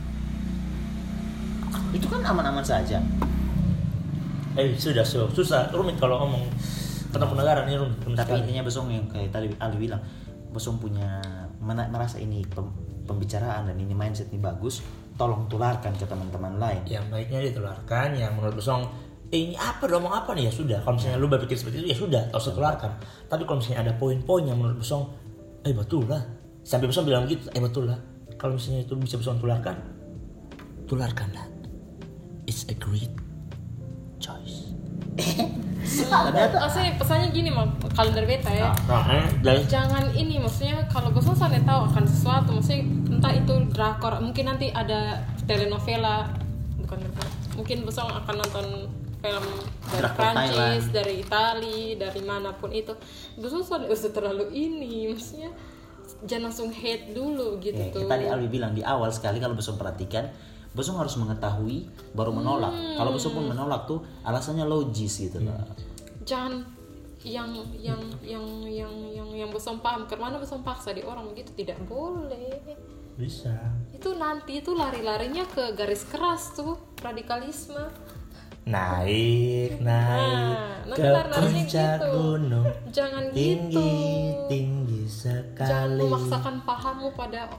itu kan aman-aman saja. Eh sudah susah, susah rumit kalau ngomong ketemu negara nih rumit. rumit Tapi sekali. intinya Besong yang kayak tadi Ali bilang, Besong punya mena- merasa ini pem- pembicaraan dan ini mindset ini bagus, tolong tularkan ke teman-teman lain. Yang baiknya ditularkan, yang menurut Besong eh, ini apa udah ngomong apa nih ya sudah. Kalau misalnya lu berpikir seperti itu ya sudah, tak usah tularkan. Tapi kalau misalnya ada poin-poin yang menurut Besong, eh betul lah. Sampai Besong bilang gitu, eh betul lah. Kalau misalnya itu bisa Besong tularkan, tularkanlah. It's a great choice. Maksudnya pesannya gini mah kalau dari beta ya. Nah, eh, dari Jangan ini maksudnya kalau bosan sana tahu akan sesuatu maksudnya entah itu drakor mungkin nanti ada telenovela bukan telenovela. Mungkin bosan akan nonton film dari Drakor Prancis, Thailand. dari Itali, dari manapun itu. Bosan sana usah terlalu ini maksudnya jangan langsung hate dulu gitu Ya, tuh. kayak tadi Alwi bilang di awal sekali kalau Besong perhatikan, Besong harus mengetahui baru menolak. Hmm. Kalau Besong pun menolak tuh alasannya logis gitu loh. Jangan yang yang yang yang yang yang bosan paham karena bosan paksa di orang begitu tidak boleh. bisa. Itu nanti itu lari-larinya ke garis keras tuh radikalisme. Naik, naik Nah, nanti ke lari-larinya puncak gitu. gunung. Jangan Tinggi, gitu. tinggi Jangan sekali. memaksakan pahammu pada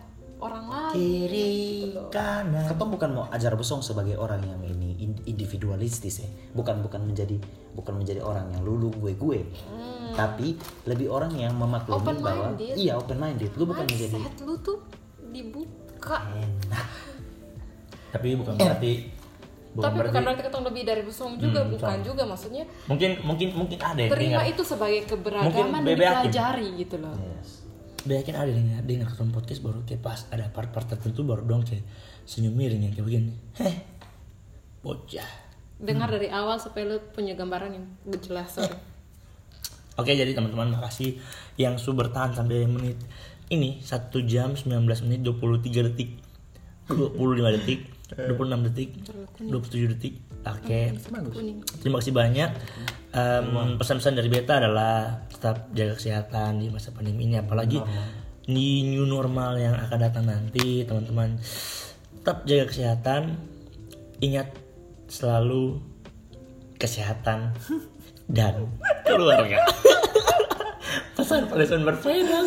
orang lain. Kiri gitu loh. kanan. Ketemu bukan mau ajar besong sebagai orang yang ini in- individualistis ya. Bukan bukan menjadi bukan menjadi orang yang lulu gue gue. Hmm. Tapi lebih orang yang memaklumi Open bahwa minded. iya open minded. Lu bukan menjadi Mindset lu tuh dibuka. enak. Tapi bukan berarti bukan Tapi berarti bukan berarti ketong lebih dari besong juga, Hmm, bukan sama. juga maksudnya. mungkin mungkin mungkin ada yang Terima dengar. itu sebagai keberagaman Mungkin dan Bebe yakin. dipelajari gitu loh. Yes. Udah yakin ada dengar dengar ketemu podcast baru kayak pas ada part-part tertentu baru dong kayak senyum miring yang kayak begini. Heh. Bocah. Dengar dari awal supaya lu punya gambaran yang jelas. Sorry. Oke, jadi teman-teman makasih yang sudah bertahan sampai menit ini satu jam sembilan belas menit dua puluh tiga detik. dua puluh lima detik, dua puluh enam detik, dua puluh tujuh detik. Oke. Kuning. Terima kasih banyak. Um, pesan-pesan dari Beta adalah tetap jaga kesehatan di masa pandemi ini, apalagi di new normal yang akan datang nanti, teman-teman. Tetap jaga kesehatan. Ingat selalu kesehatan dan keluarga. Pesan-pesan berbeda.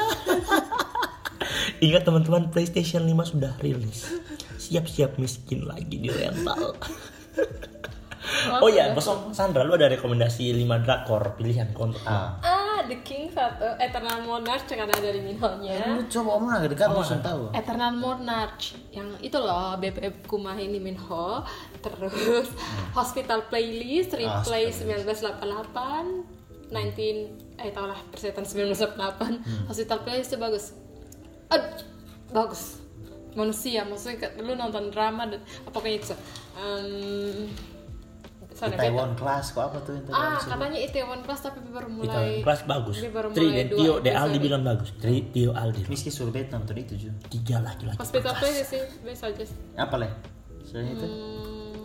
Ingat teman-teman, PlayStation lima sudah rilis. Siap-siap miskin lagi di rental. Oh ya, Bosong Sandra, lu ada rekomendasi lima drakor pilihan untuk Ah. Ah, The King satu, Eternal Monarch karena dari Minho-nya. Lu coba omong agak dekat langsung tahu. Eternal Monarch yang itu loh B P F Kumah ini Minho, terus Hospital Playlist Replay Hospital. seribu sembilan ratus delapan puluh delapan, sembilan eh tau lah persetan seribu sembilan ratus delapan puluh delapan. Hospital Playlist itu bagus. Aduh, bagus. Manusia, maksudnya kayak lu nonton drama dan apa kayak itu. Um, sorry, Itaewon Class kok apa tuh yang tadi Ah, disebut? katanya Itaewon Class tapi baru mulai. Itaewon Class bagus. Dia baru Tri mulai dan dua Tio, De episode. Aldi bilang bagus. Tri, Tio, Aldi. Miski suruh beta nonton itu juga. Tiga laki-laki. Hospital perkasa. Playlist sih, biasa aja sih. Apa leh? Selain itu? Hmm,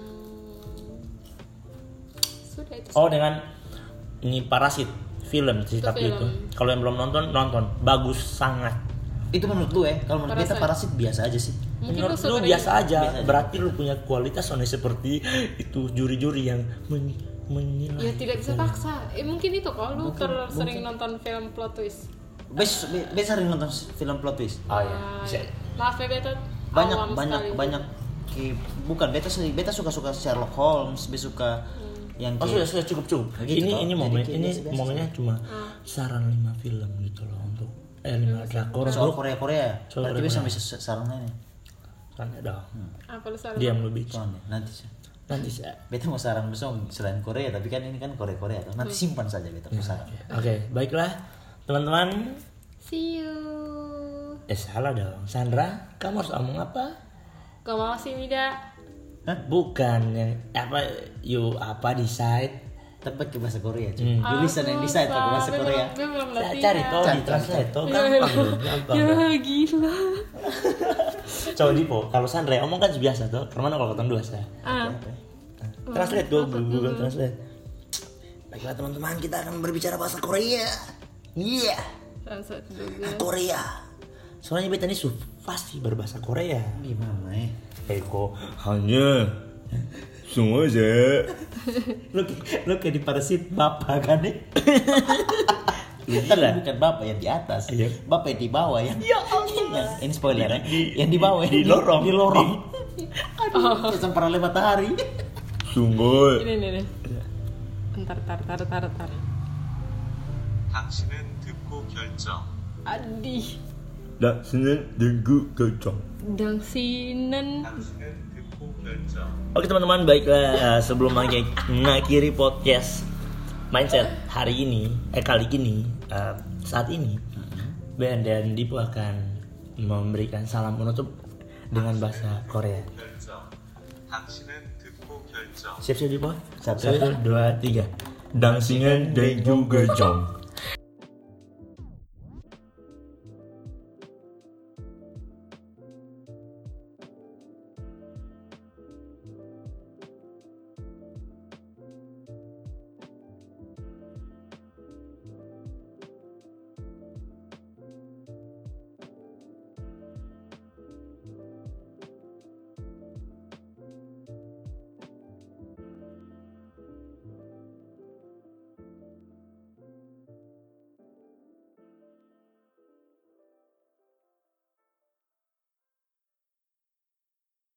sudah itu. Oh, dengan ini Parasit film cerita Itu itu. film. Kalau yang belum nonton, nonton. Bagus sangat. Itu menurut lu ya? Kalau menurut beta Parasit. Parasit biasa aja sih. Mungkin Menurut suka lu dengan- biasa aja. Biasa aja. Berarti lu punya kualitas soalnya seperti itu juri-juri yang men menilai. Ya tidak bisa paksa. Eh, mungkin itu kalau lu Mungkin- ter- sering nonton film plot twist. Bes, be- beta sering nonton film plot twist. Oh iya. Ah, Bisa. maaf ya beta Banyak awam banyak sekali. banyak ki- bukan beta sering beta suka suka Sherlock Holmes, beta suka yang Oh kayak- sudah sudah cukup cukup. Nah, gitu ini toh. ini Jadi momen kayak ini biasa-biasa momennya cuma saran lima film gitu loh untuk eh lima drakor soal untuk Korea Korea. Soal Berarti Korea. bisa bisa sarannya nih. sarannya dong. Apa lu salah? Diam lu bitch. Soalnya nanti sih. Nanti saya. Beta mau saran besok selain Korea, tapi kan ini kan Korea Korea tuh. Nanti simpan saja beta mau saran. Oke, baiklah teman-teman. See you. Eh salah dong. Sandra, kamu harus ngomong apa? Kamu masih mida? Bukan yang apa you apa decide. Tapi pakai bahasa Korea cuy. Hmm. You listen and decide pakai bahasa Korea. Gue belum Saya latihan. cari tuh di Cari, translate tuh Ya, gampang loh, gampang. Ya loh. gila. Coba Dipo, kalau Sandra omong kan biasa tuh. Kemana kalau ketemu dua saya? Ah. Translate gue Google Translate. Baiklah teman-teman, kita akan berbicara bahasa Korea. Iya, Translate juga. Korea. Soalnya beta ini su pasti berbahasa Korea. Gimana ya? Eko hanya semua aja. Lu lu kayak di Parasit bapak kan nih. Gila. Tapi bukan bapak yang di atas, Iya. bapak yang di bawah yang. Ya Allah. Ini spoiler ya. Di- Yang di bawah di lorong. Di lorong. Aduh, sampai oleh matahari. Sungguh. Ini nih nih. Bentar, tar, tar, tar, tar. 당신은 듣고 결정. Adih. Dan senen denggu kecong. Dang sinen. 당신은 듣고 결정. Oke teman-teman, baiklah uh, sebelum mengakhiri mengakhiri podcast Mindset hari ini, eh kali ini, uh, saat ini, Ben dan Dipo akan memberikan salam penutup dengan bahasa Korea. 결정. 당신은 듣고 결정. Siap-siap Dipo? Siap-siap. Satu, dua, tiga. Dangsingan dan juga jong.